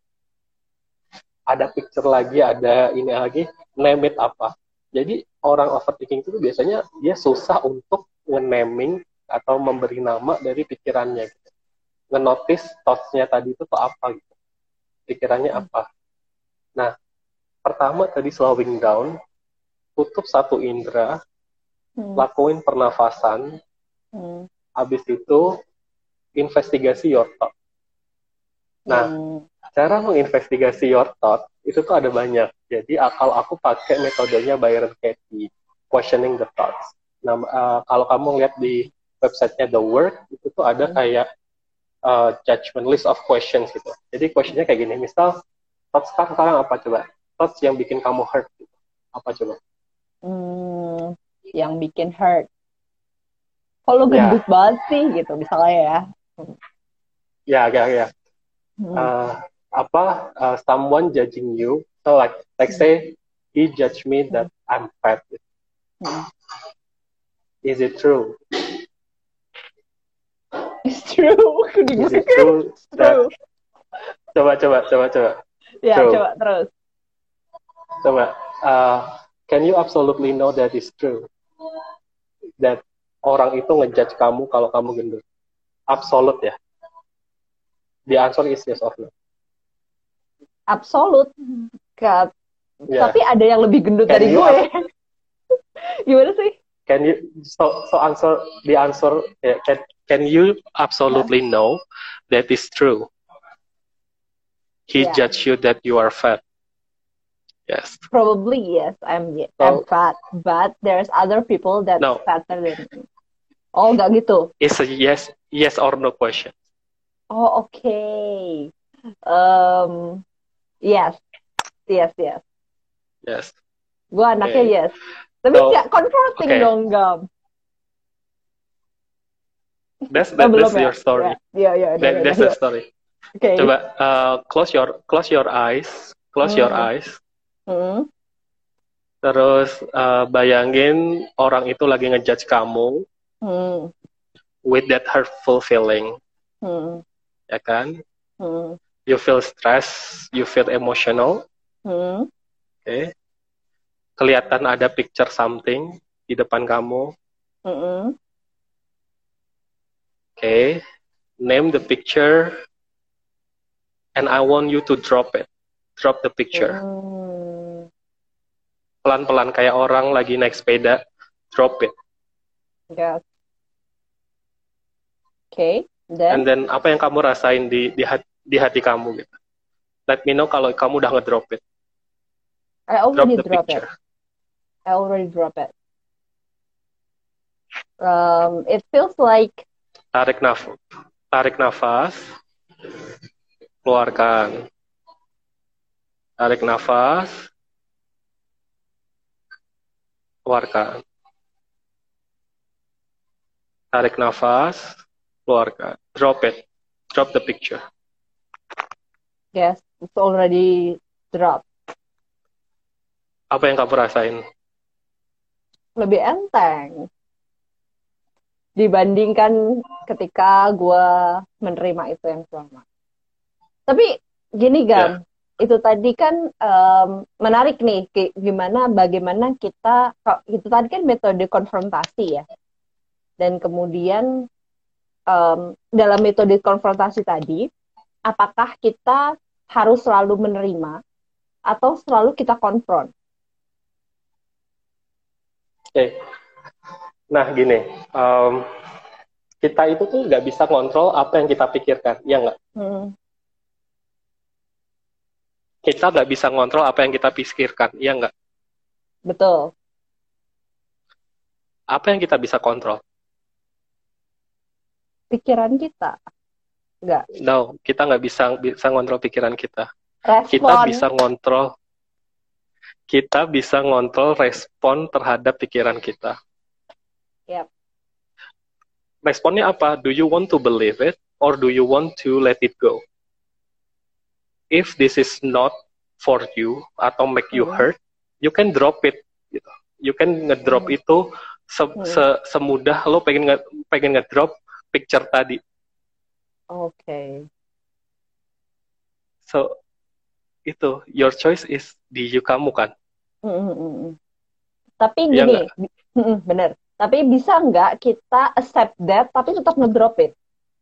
Ada picture lagi, ada ini lagi, name it apa. Jadi orang overthinking itu biasanya dia susah untuk nge-naming atau memberi nama dari pikirannya gitu. Nge-notice thoughts-nya tadi itu tuh apa gitu. Pikirannya apa. Nah, pertama tadi slowing down, tutup satu indera, lakuin pernafasan, habis itu investigasi your thought. Nah, cara menginvestigasi your thought itu tuh ada banyak. Jadi kalau aku pakai metodenya Byron Katie, questioning the thoughts. Nah, kalau kamu lihat di websitenya The Work, itu tuh ada kayak judgment list of questions gitu. Jadi questionnya kayak gini, misal thoughts sekarang apa coba? Thoughts yang bikin kamu hurt gitu. Apa coba? Yang bikin hurt. Kalau gendut banget sih gitu misalnya ya. Ya. Someone judging you. So like say he judged me that I'm fat. Is it true? It's true. Is it true? That... Coba. Ya, true. Coba terus. Coba. Can you absolutely know that is true? That orang itu ngejudge kamu kalau kamu gendut. Absolute ya. The answer is yes or no. Absolute. Tapi ada yang lebih gendut dari gue. Gimana sih? Can you answer the answer? Can you absolutely know that is true? He judged you that you are fat. Yes. Probably yes. I'm fat, but there's other people that fatter than me. Oh, enggak gitu. It's a yes or no question. Oh, okay. Yes. Gue anaknya yes. Tapi nggak comforting dong, Gam. That's your story. Yeah. That's the story. Okay. Coba close your eyes. Your eyes. Terus bayangin orang itu lagi ngejudge kamu with that hurtful feeling. Ya kan? You feel stress, you feel emotional. Okay. Kelihatan ada picture something di depan kamu. Mm-mm. Okay, name the picture, and I want you to drop it. Drop the picture. Pelan-pelan kayak orang lagi naik sepeda. Drop it. Yes. Okay, And then apa yang kamu rasain di hati kamu gitu. Let me know kalau kamu udah ngedrop it. I already drop it. I already drop it. It feels like Tarik nafas, keluarkan. Tarik nafas, keluarkan. Tarik nafas, keluarkan. Drop it. Drop the picture. yes, it's already dropped. Apa yang kamu rasain? Lebih enteng dibandingkan ketika gue menerima itu yang pertama. Tapi gini Gam, itu tadi kan menarik nih, bagaimana kita, itu tadi kan metode konfrontasi ya. Dan kemudian dalam metode konfrontasi tadi, apakah kita harus selalu menerima atau selalu kita konfront? Oke. Nah gini, kita itu tuh nggak bisa kontrol apa yang kita pikirkan, ya nggak? Kita nggak bisa ngontrol apa yang kita pikirkan, ya nggak? Betul. Apa yang kita bisa kontrol? Pikiran kita. Nggak. No, kita nggak bisa ngontrol pikiran kita. Respon. Kita bisa ngontrol respon terhadap pikiran kita. Yep. Responnya apa? Do you want to believe it or do you want to let it go? If this is not for you atau make you hurt, you can drop it. Gitu. You can ngedrop itu semudah lo pengen ngedrop picture tadi. Okay. So itu your choice is di you kamu kan. Tapi gini, bener. Tapi bisa nggak kita accept that tapi tetap ngedrop it?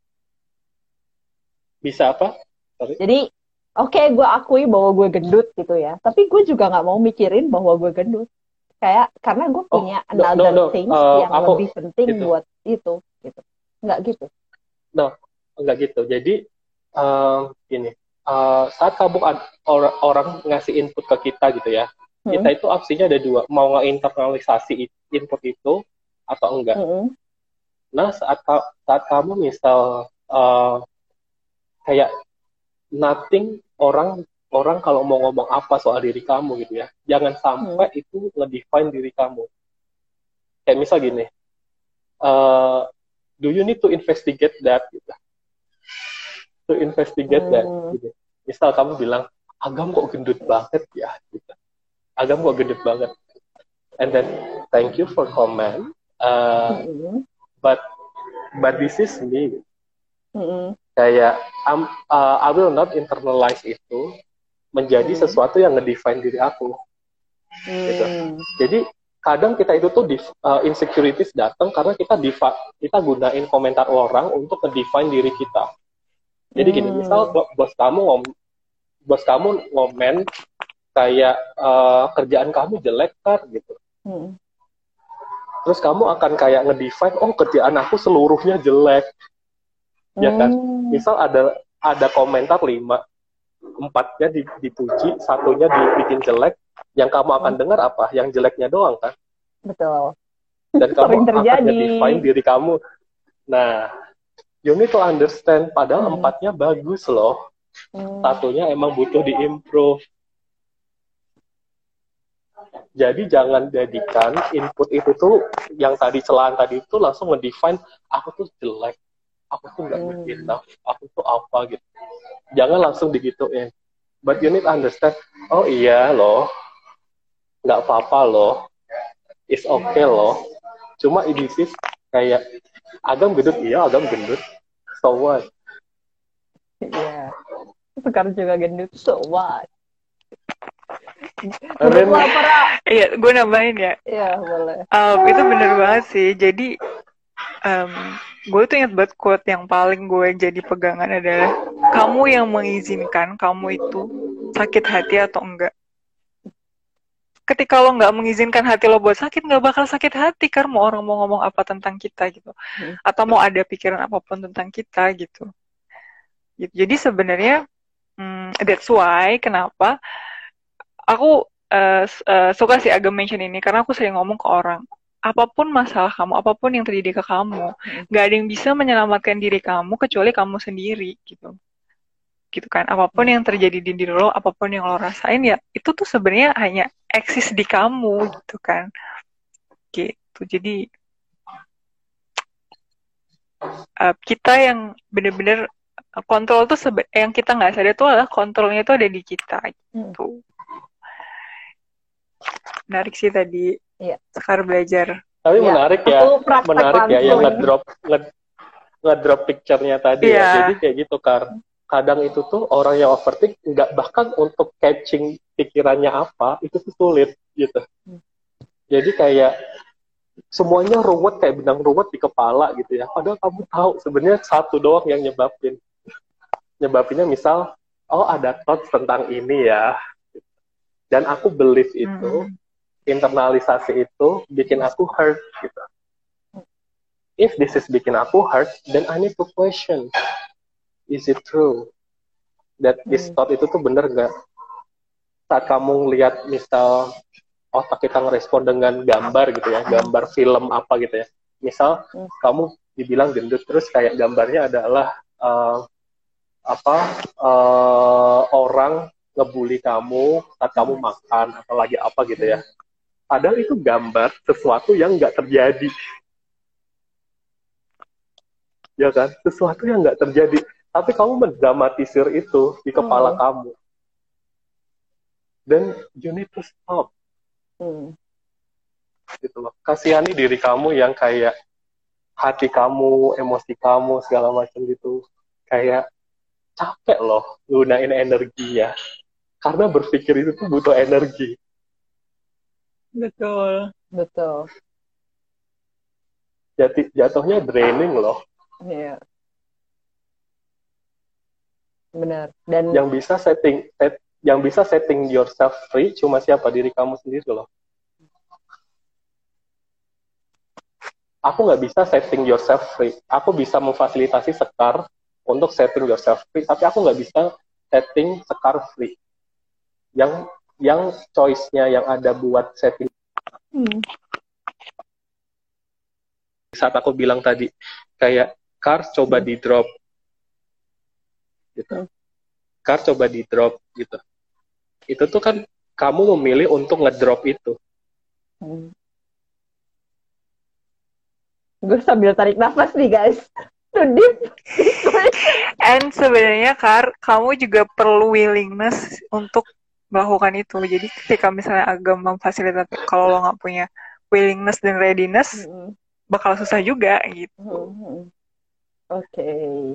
Bisa apa? Sorry. Jadi oke, gue akui bahwa gue gendut gitu ya. Tapi gue juga nggak mau mikirin bahwa gue gendut. Karena gue punya another things yang lebih penting gitu. Buat itu. Gitu. Nggak gitu. No, nggak gitu. Jadi gini, saat kamu orang ngasih input ke kita gitu ya, kita itu opsinya ada dua, mau ngeinternalisasi input itu atau enggak. Nah saat kamu misal kayak nothing, orang kalau mau ngomong apa soal diri kamu gitu ya, jangan sampai itu nge-define diri kamu. Kayak misal gini, do you need to investigate that gitu. To investigate that gitu. Misal kamu bilang, Agam kok gendut banget ya gitu. Agam kok gendut banget. And then thank you for comment. But this is me. Kayak I will not internalize itu menjadi sesuatu yang nge-define diri aku. Gitu. Jadi kadang kita itu tuh insecurities datang karena kita gunain komentar orang untuk nge-define diri kita. Jadi gini, misal bos kamu ngomen kayak kerjaan kamu jelek kan gitu. Terus kamu akan kayak nge-define, oh kerjaan aku seluruhnya jelek. Ya kan? Misal ada komentar 5, 4-nya dipuji, 1-nya dibikin jelek, yang kamu akan dengar apa? Yang jeleknya doang kan? Betul. Dan kamu akan nge-define diri kamu. Nah, you need to understand, padahal 4-nya bagus loh. 1-nya emang butuh di-improve. Jadi jangan jadikan input itu tuh, yang tadi celaan tadi itu langsung nge-define, aku tuh jelek, aku tuh nggak good enough, aku tuh apa gitu. Jangan langsung digituin. But you need to understand, oh iya loh, nggak apa-apa loh, it's okay loh. Cuma this is kayak, Agam gendut, iya Agam gendut, so what? Iya, sekarang juga gendut, so what? Menurut lo apa, Ra? Iya, gue nambahin ya. Iya, boleh. Itu bener banget sih. Jadi gue tuh ingat banget quote yang paling gue jadi pegangan adalah kamu yang mengizinkan kamu itu sakit hati atau enggak. Ketika lo nggak mengizinkan hati lo buat sakit, nggak bakal sakit hati karena mau orang mau ngomong apa tentang kita gitu, atau mau ada pikiran apapun tentang kita gitu. Jadi sebenarnya that's why kenapa aku suka sih agak mention ini, karena aku sering ngomong ke orang, apapun masalah kamu, apapun yang terjadi ke kamu, nggak ada yang bisa menyelamatkan diri kamu kecuali kamu sendiri gitu kan. Apapun yang terjadi di diri lo, apapun yang lo rasain ya itu tuh sebenarnya hanya eksis di kamu gitu kan. Gitu. Jadi kita yang bener-bener kontrol tuh yang kita nggak sadar tuh adalah kontrolnya tuh ada di kita gitu. Menarik sih tadi Sekar belajar. Tapi menarik ya yang ngedrop picture-nya tadi ya. Jadi kayak gitu kan. Kadang itu tuh orang yang overthink nggak, bahkan untuk catching pikirannya apa itu tuh sulit gitu. Jadi kayak semuanya ruwet kayak benang ruwet di kepala gitu ya. Padahal kamu tahu sebenarnya satu doang yang nyebabinnya misal, oh ada thoughts tentang ini ya. Dan aku believe itu, internalisasi itu bikin aku hurt gitu. If this is bikin aku hurt, then I need to question. Is it true that this thought itu tuh bener gak? Saat kamu lihat misal otak kita ngerespon dengan gambar gitu ya, gambar film apa gitu ya. Misal kamu dibilang gendut, terus kayak gambarnya adalah orang ngebully kamu saat kamu makan atau lagi apa gitu ya. Padahal itu gambar sesuatu yang nggak terjadi. Ya kan? Sesuatu yang nggak terjadi. Tapi kamu mendramatisir itu di kepala kamu. Then you need to stop. Gitu loh. Kasihani diri kamu yang kayak hati kamu, emosi kamu, segala macam gitu. Kayak capek loh gunain energi ya. Karena berpikir itu tuh butuh energi. Betul. Jatuhnya draining loh. Iya. Benar. Dan yang bisa setting yourself free cuma siapa? Diri kamu sendiri loh. Aku nggak bisa setting yourself free. Aku bisa memfasilitasi Sekar untuk setting yourself free, tapi aku nggak bisa setting Sekar free. Yang choice-nya yang ada buat setting. Saat aku bilang tadi kayak Kar coba di drop gitu. Kar coba di drop gitu. Itu tuh kan kamu memilih untuk ngedrop itu. Gue sambil tarik nafas nih guys. Too deep. And sebenarnya Kar, kamu juga perlu willingness untuk melakukan itu. Jadi ketika misalnya agak memfasilitasi, kalau lo nggak punya willingness dan readiness, bakal susah juga gitu. Oke.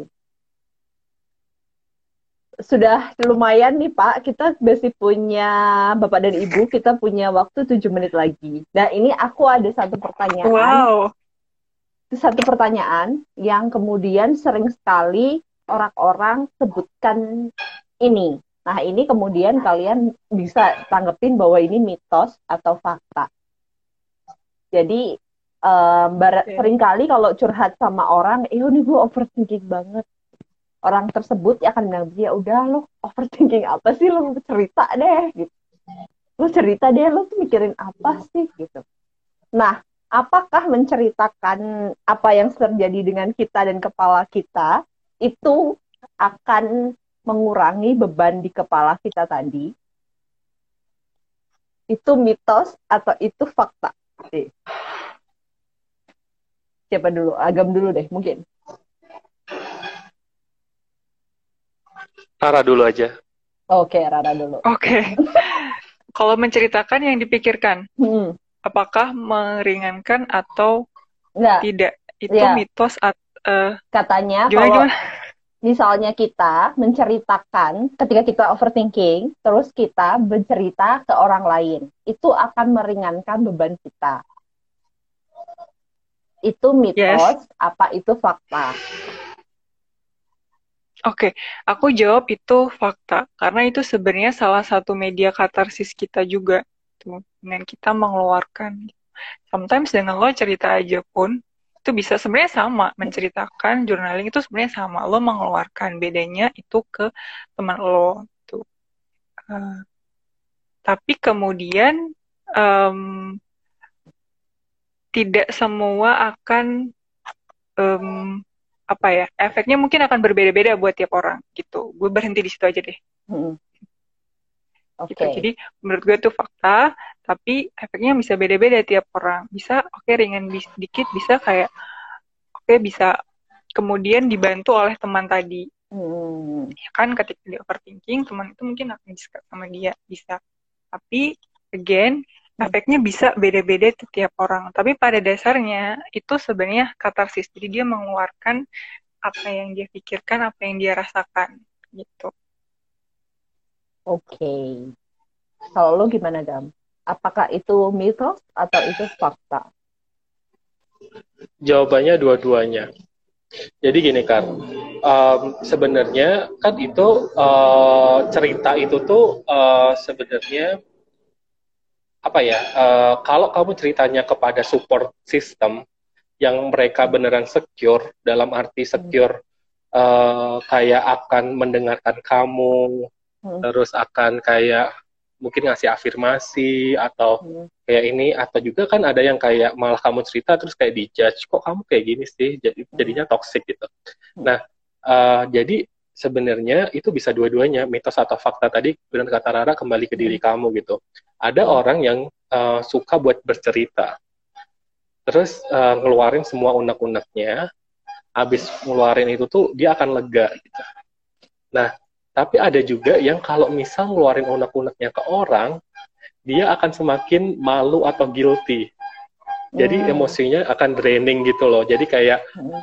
Sudah lumayan nih Pak, kita masih punya Bapak dan Ibu, kita punya waktu 7 menit lagi. Nah ini aku ada satu pertanyaan. Wow. Satu pertanyaan yang kemudian sering sekali orang-orang sebutkan ini. Nah ini kemudian kalian bisa tanggepin bahwa ini mitos atau fakta. Jadi seringkali kalau curhat sama orang, ini gue overthinking banget. Orang tersebut akan bilang, ya udah lo overthinking apa sih, lo cerita deh gitu. Lo cerita deh, lo tuh mikirin apa sih gitu. Nah, apakah menceritakan apa yang terjadi dengan kita dan kepala kita itu akan mengurangi beban di kepala kita tadi? Itu mitos atau itu fakta? Siapa dulu? Agam dulu deh mungkin. Rara dulu aja. Oke, Rara dulu. Oke. Kalau menceritakan yang dipikirkan, apakah meringankan atau tidak? Itu mitos katanya gimana? misalnya kita menceritakan ketika kita overthinking, terus kita bercerita ke orang lain, itu akan meringankan beban kita. Itu mitos, apa itu fakta? Oke, aku jawab itu fakta, karena itu sebenarnya salah satu media katarsis kita juga, tuh, dengan kita mengeluarkan. Sometimes dengan lo cerita aja pun, itu bisa sebenarnya sama, menceritakan, journaling itu sebenarnya sama, lo mengeluarkan, bedanya itu ke teman lo. Tuh. Tapi kemudian, tidak semua akan apa ya, efeknya mungkin akan berbeda-beda buat tiap orang gitu. Gue berhenti di situ aja deh. Gitu. Jadi menurut gue itu fakta, tapi efeknya bisa beda-beda tiap orang. Bisa ringan dikit, bisa kayak bisa kemudian dibantu oleh teman tadi. Ya kan ketika dia overthinking, teman itu mungkin akan discuss sama dia, bisa. Tapi again, efeknya bisa beda-beda tiap orang. Tapi pada dasarnya itu sebenarnya katarsis. Jadi dia mengeluarkan apa yang dia pikirkan, apa yang dia rasakan. Gitu. Oke. Kalau lo gimana, Gam? Apakah itu mitos atau itu fakta? Jawabannya dua-duanya. Jadi gini kan, sebenarnya kan itu cerita itu tuh sebenarnya apa ya, kalau kamu ceritanya kepada support system yang mereka beneran secure, dalam arti secure kayak akan mendengarkan kamu, terus akan kayak mungkin ngasih afirmasi atau kayak ini, atau juga kan ada yang kayak malah kamu cerita terus kayak dijudge, kok kamu kayak gini sih, jadinya toxic gitu. Nah, jadi sebenarnya itu bisa dua-duanya, mitos atau fakta tadi, benar kata Rara, kembali ke diri kamu gitu. Ada orang yang suka buat bercerita, terus ngeluarin semua unek-uneknya, habis ngeluarin itu tuh dia akan lega gitu. Nah, tapi ada juga yang kalau misal ngeluarin unek-uneknya ke orang, dia akan semakin malu atau guilty. Jadi emosinya akan draining gitu loh. Jadi kayak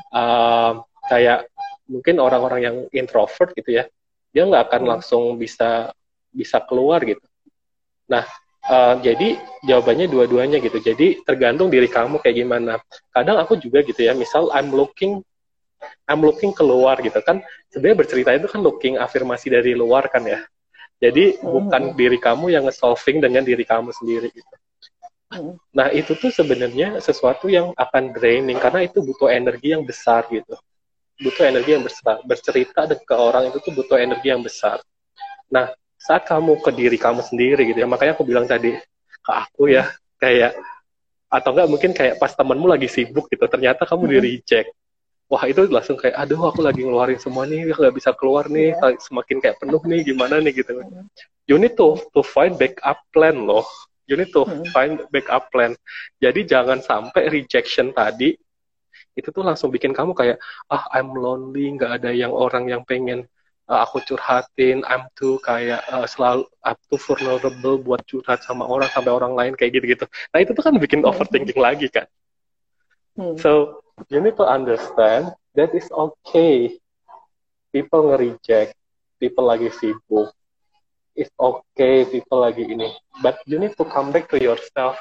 kayak mungkin orang-orang yang introvert gitu ya, dia nggak akan langsung bisa keluar gitu. Nah, jadi jawabannya dua-duanya gitu. Jadi tergantung diri kamu kayak gimana. Kadang aku juga gitu ya, misal I'm looking keluar gitu kan, sebenarnya bercerita itu kan looking afirmasi dari luar kan ya, jadi bukan diri kamu yang nge-solving dengan diri kamu sendiri gitu. Nah itu tuh sebenarnya sesuatu yang akan draining, karena itu butuh energi yang besar gitu, butuh energi yang besar. Bercerita ke orang itu tuh butuh energi yang besar. Nah saat kamu ke diri kamu sendiri gitu ya, makanya aku bilang tadi ke aku ya, kayak atau enggak mungkin kayak pas temenmu lagi sibuk gitu, ternyata kamu di-reject. Wah itu langsung kayak, aduh aku lagi ngeluarin semua nih, nggak bisa keluar nih, semakin kayak penuh nih, gimana nih gitu. You need to find backup plan loh. You need to find backup plan. Jadi jangan sampai rejection tadi itu tuh langsung bikin kamu kayak, I'm lonely, nggak ada orang yang pengen aku curhatin, I'm too kayak selalu I'm too vulnerable buat curhat sama orang, sampai orang lain kayak gitu-gitu. Nah itu tuh kan bikin overthinking lagi kan. So you need to understand that it's okay. People nge-reject, people lagi sibuk. It's okay, people lagi ini. But you need to come back to yourself.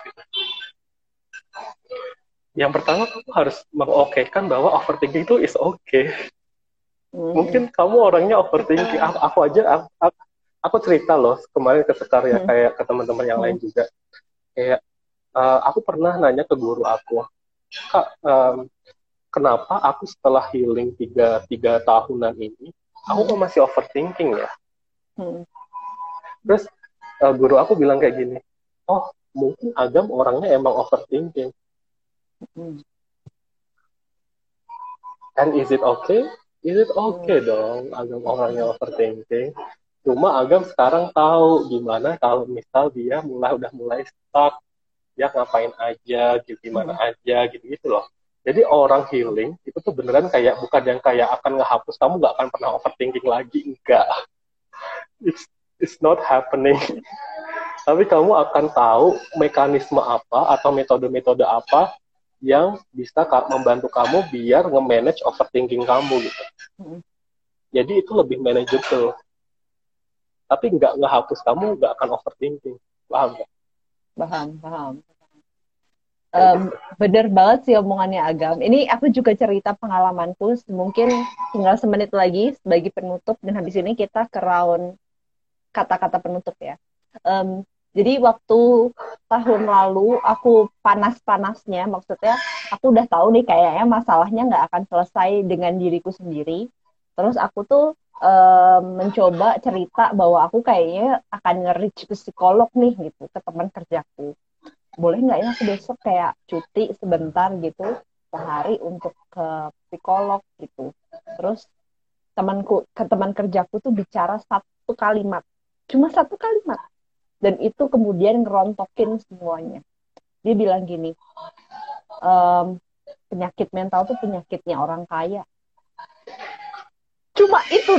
Yang pertama kamu harus mengokekan bahwa overthinking itu is okay. Mungkin kamu orangnya overthinking. Aku aja, aku cerita loh kemarin ke Sekar ya, kayak ke teman-teman yang lain juga. Kayak aku pernah nanya ke guru aku, Kak, kenapa aku setelah healing 3 tahunan ini, aku kok masih overthinking ya? Terus guru aku bilang kayak gini, oh mungkin Agam orangnya emang overthinking. And is it okay? Is it okay dong Agam orangnya overthinking? Cuma Agam sekarang tahu gimana kalau misal dia udah mulai stuck, dia ngapain aja, gimana aja, gitu loh. Jadi orang healing itu tuh beneran kayak bukan yang kayak akan ngehapus, kamu nggak akan pernah overthinking lagi, enggak. It's not happening. Tapi kamu akan tahu mekanisme apa atau metode-metode apa yang bisa membantu kamu biar nge-manage overthinking kamu gitu. Jadi itu lebih manageable. Tapi nggak ngehapus kamu nggak akan overthinking. Paham nggak? Paham. Bener banget sih omongannya Agam. Ini aku juga cerita pengalamanku, mungkin tinggal semenit lagi sebagai penutup, dan habis ini kita ke round kata-kata penutup ya. Jadi waktu tahun lalu aku panas-panasnya, maksudnya aku udah tahu nih kayaknya masalahnya nggak akan selesai dengan diriku sendiri. Terus aku tuh mencoba cerita bahwa aku kayaknya akan nge-reach psikolog nih gitu ke teman kerjaku. Boleh nggak ya aku besok kayak cuti sebentar gitu sehari untuk ke psikolog gitu. Terus teman kerjaku tuh bicara satu kalimat, cuma satu kalimat, dan itu kemudian ngerontokin semuanya. Dia bilang gini, penyakit mental tuh penyakitnya orang kaya. Cuma itu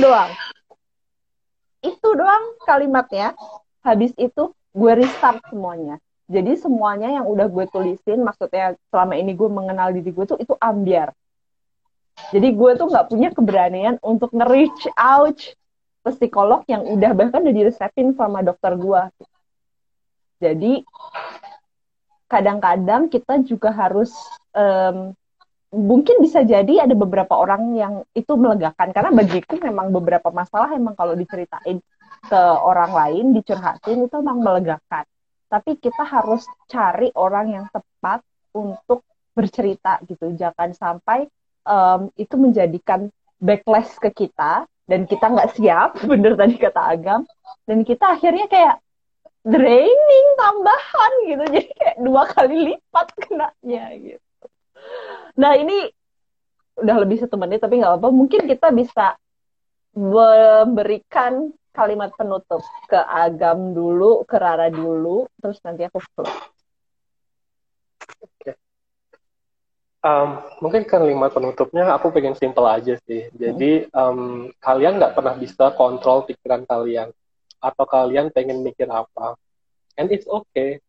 doang kalimatnya. Habis itu gue restart semuanya. Jadi semuanya yang udah gue tulisin, maksudnya selama ini gue mengenal diri gue tuh itu ambiar. Jadi gue tuh nggak punya keberanian untuk nge-reach out ke psikolog yang bahkan udah diresepin sama dokter gue. Jadi kadang-kadang kita juga harus mungkin bisa jadi ada beberapa orang yang itu melegakan, karena bagiku memang beberapa masalah emang kalau diceritain ke orang lain, dicurhatin itu memang melegakan. Tapi kita harus cari orang yang tepat untuk bercerita gitu, jangan sampai itu menjadikan backlash ke kita dan kita nggak siap, bener tadi kata Agam, dan kita akhirnya kayak draining tambahan gitu, jadi kayak 2 kali lipat kenanya gitu. Nah ini udah lebih 1 menit tapi nggak apa-apa, mungkin kita bisa memberikan kalimat penutup ke Agam dulu, ke Rara dulu, terus nanti aku close. Okay. Mungkin kalimat penutupnya aku pengen simple aja sih. Jadi kalian nggak pernah bisa kontrol pikiran kalian, atau kalian pengen mikir apa, and it's okay,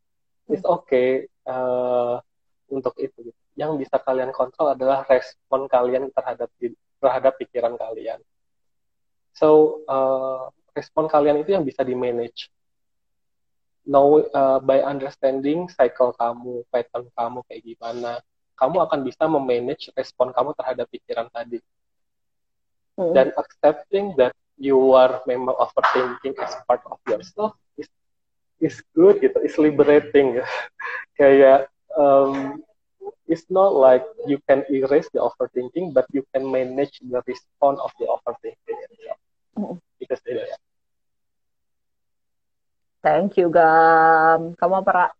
untuk itu. Yang bisa kalian kontrol adalah respon kalian terhadap pikiran kalian. So respon kalian itu yang bisa di manage. By understanding cycle kamu, pattern kamu kayak gimana, kamu akan bisa memanage respon kamu terhadap pikiran tadi. Dan accepting that you are memang overthinking as part of yourself is good gitu, is liberating. Kayak it's not like you can erase the overthinking, but you can manage the response of the overthinking itself. Itu sih ya. Thank you, Gam. Kamu apa, Ra?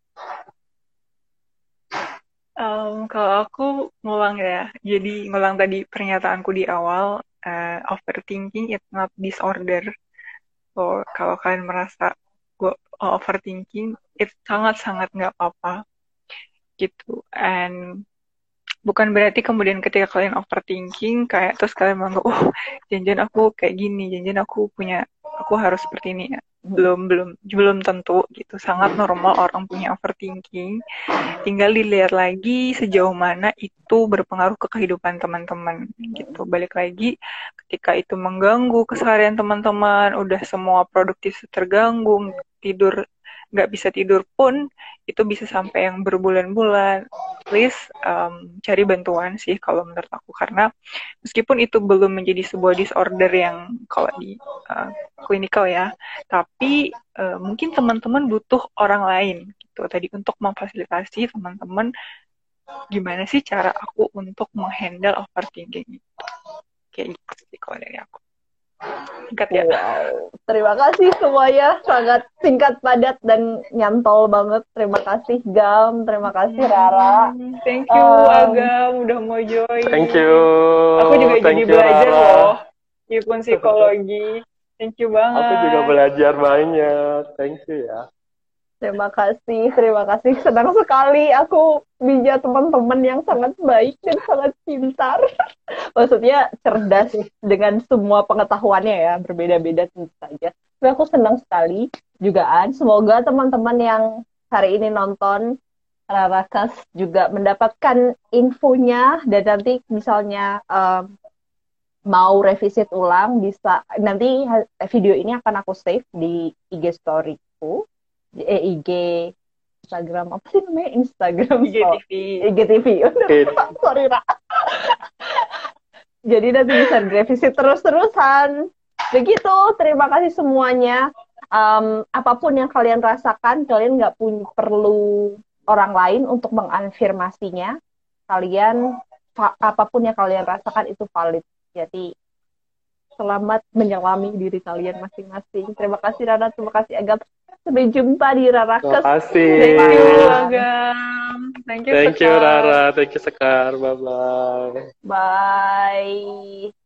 Kalau aku ngulang ya, jadi ngulang tadi pernyataanku di awal, overthinking it's not disorder. So, kalau kalian merasa gue overthinking, it's sangat-sangat nggak apa-apa gitu. And bukan berarti kemudian ketika kalian overthinking kayak terus kalian menganggap janjian aku kayak gini, janjian aku harus seperti ini ya. Belum tentu gitu. Sangat normal orang punya overthinking. Tinggal dilihat lagi sejauh mana itu berpengaruh ke kehidupan teman-teman gitu. Balik lagi ketika itu mengganggu keseharian teman-teman, udah semua produktif terganggu, nggak bisa tidur pun itu bisa sampai yang berbulan-bulan. Please cari bantuan sih kalau menurut aku, karena meskipun itu belum menjadi sebuah disorder yang kalau di klinikal ya, tapi mungkin teman-teman butuh orang lain gitu tadi untuk memfasilitasi teman-teman gimana sih cara aku untuk menghandle overthinking itu. Kayak gitu sih kalau dari aku. Singkat ya. Wow. Terima kasih semuanya, sangat singkat, padat, dan nyantol banget. Terima kasih Gam, terima kasih Rara. Thank you Agam udah mau join. Thank you. Aku juga jadi belajar Rara. Loh, meskipun psikologi. Thank you banget. Aku juga belajar banyak. Thank you ya. Terima kasih. Senang sekali aku punya teman-teman yang sangat baik dan sangat pintar. Maksudnya cerdas dengan semua pengetahuannya ya, berbeda-beda tentu saja. Tapi aku senang sekali jugaan. Semoga teman-teman yang hari ini nonton Rarakas juga mendapatkan infonya, dan nanti misalnya mau revisit ulang bisa nanti video ini akan aku save di IG storyku, IG Instagram apa sih namanya Instagram IGTV. IGTV. Sorry Ra. Jadi nanti bisa direvisi terus-terusan. Begitu. Terima kasih semuanya. Apapun yang kalian rasakan, kalian nggak perlu orang lain untuk mengafirmasinya. Kalian apapun yang kalian rasakan itu valid. Jadi selamat menyelami diri kalian masing-masing. Terima kasih Rara, terima kasih Agam. Sampai jumpa di Rarakes. Terima kasih. Thank you Agam. Thank you Rara, thank you Sekar. Bye bye. Bye.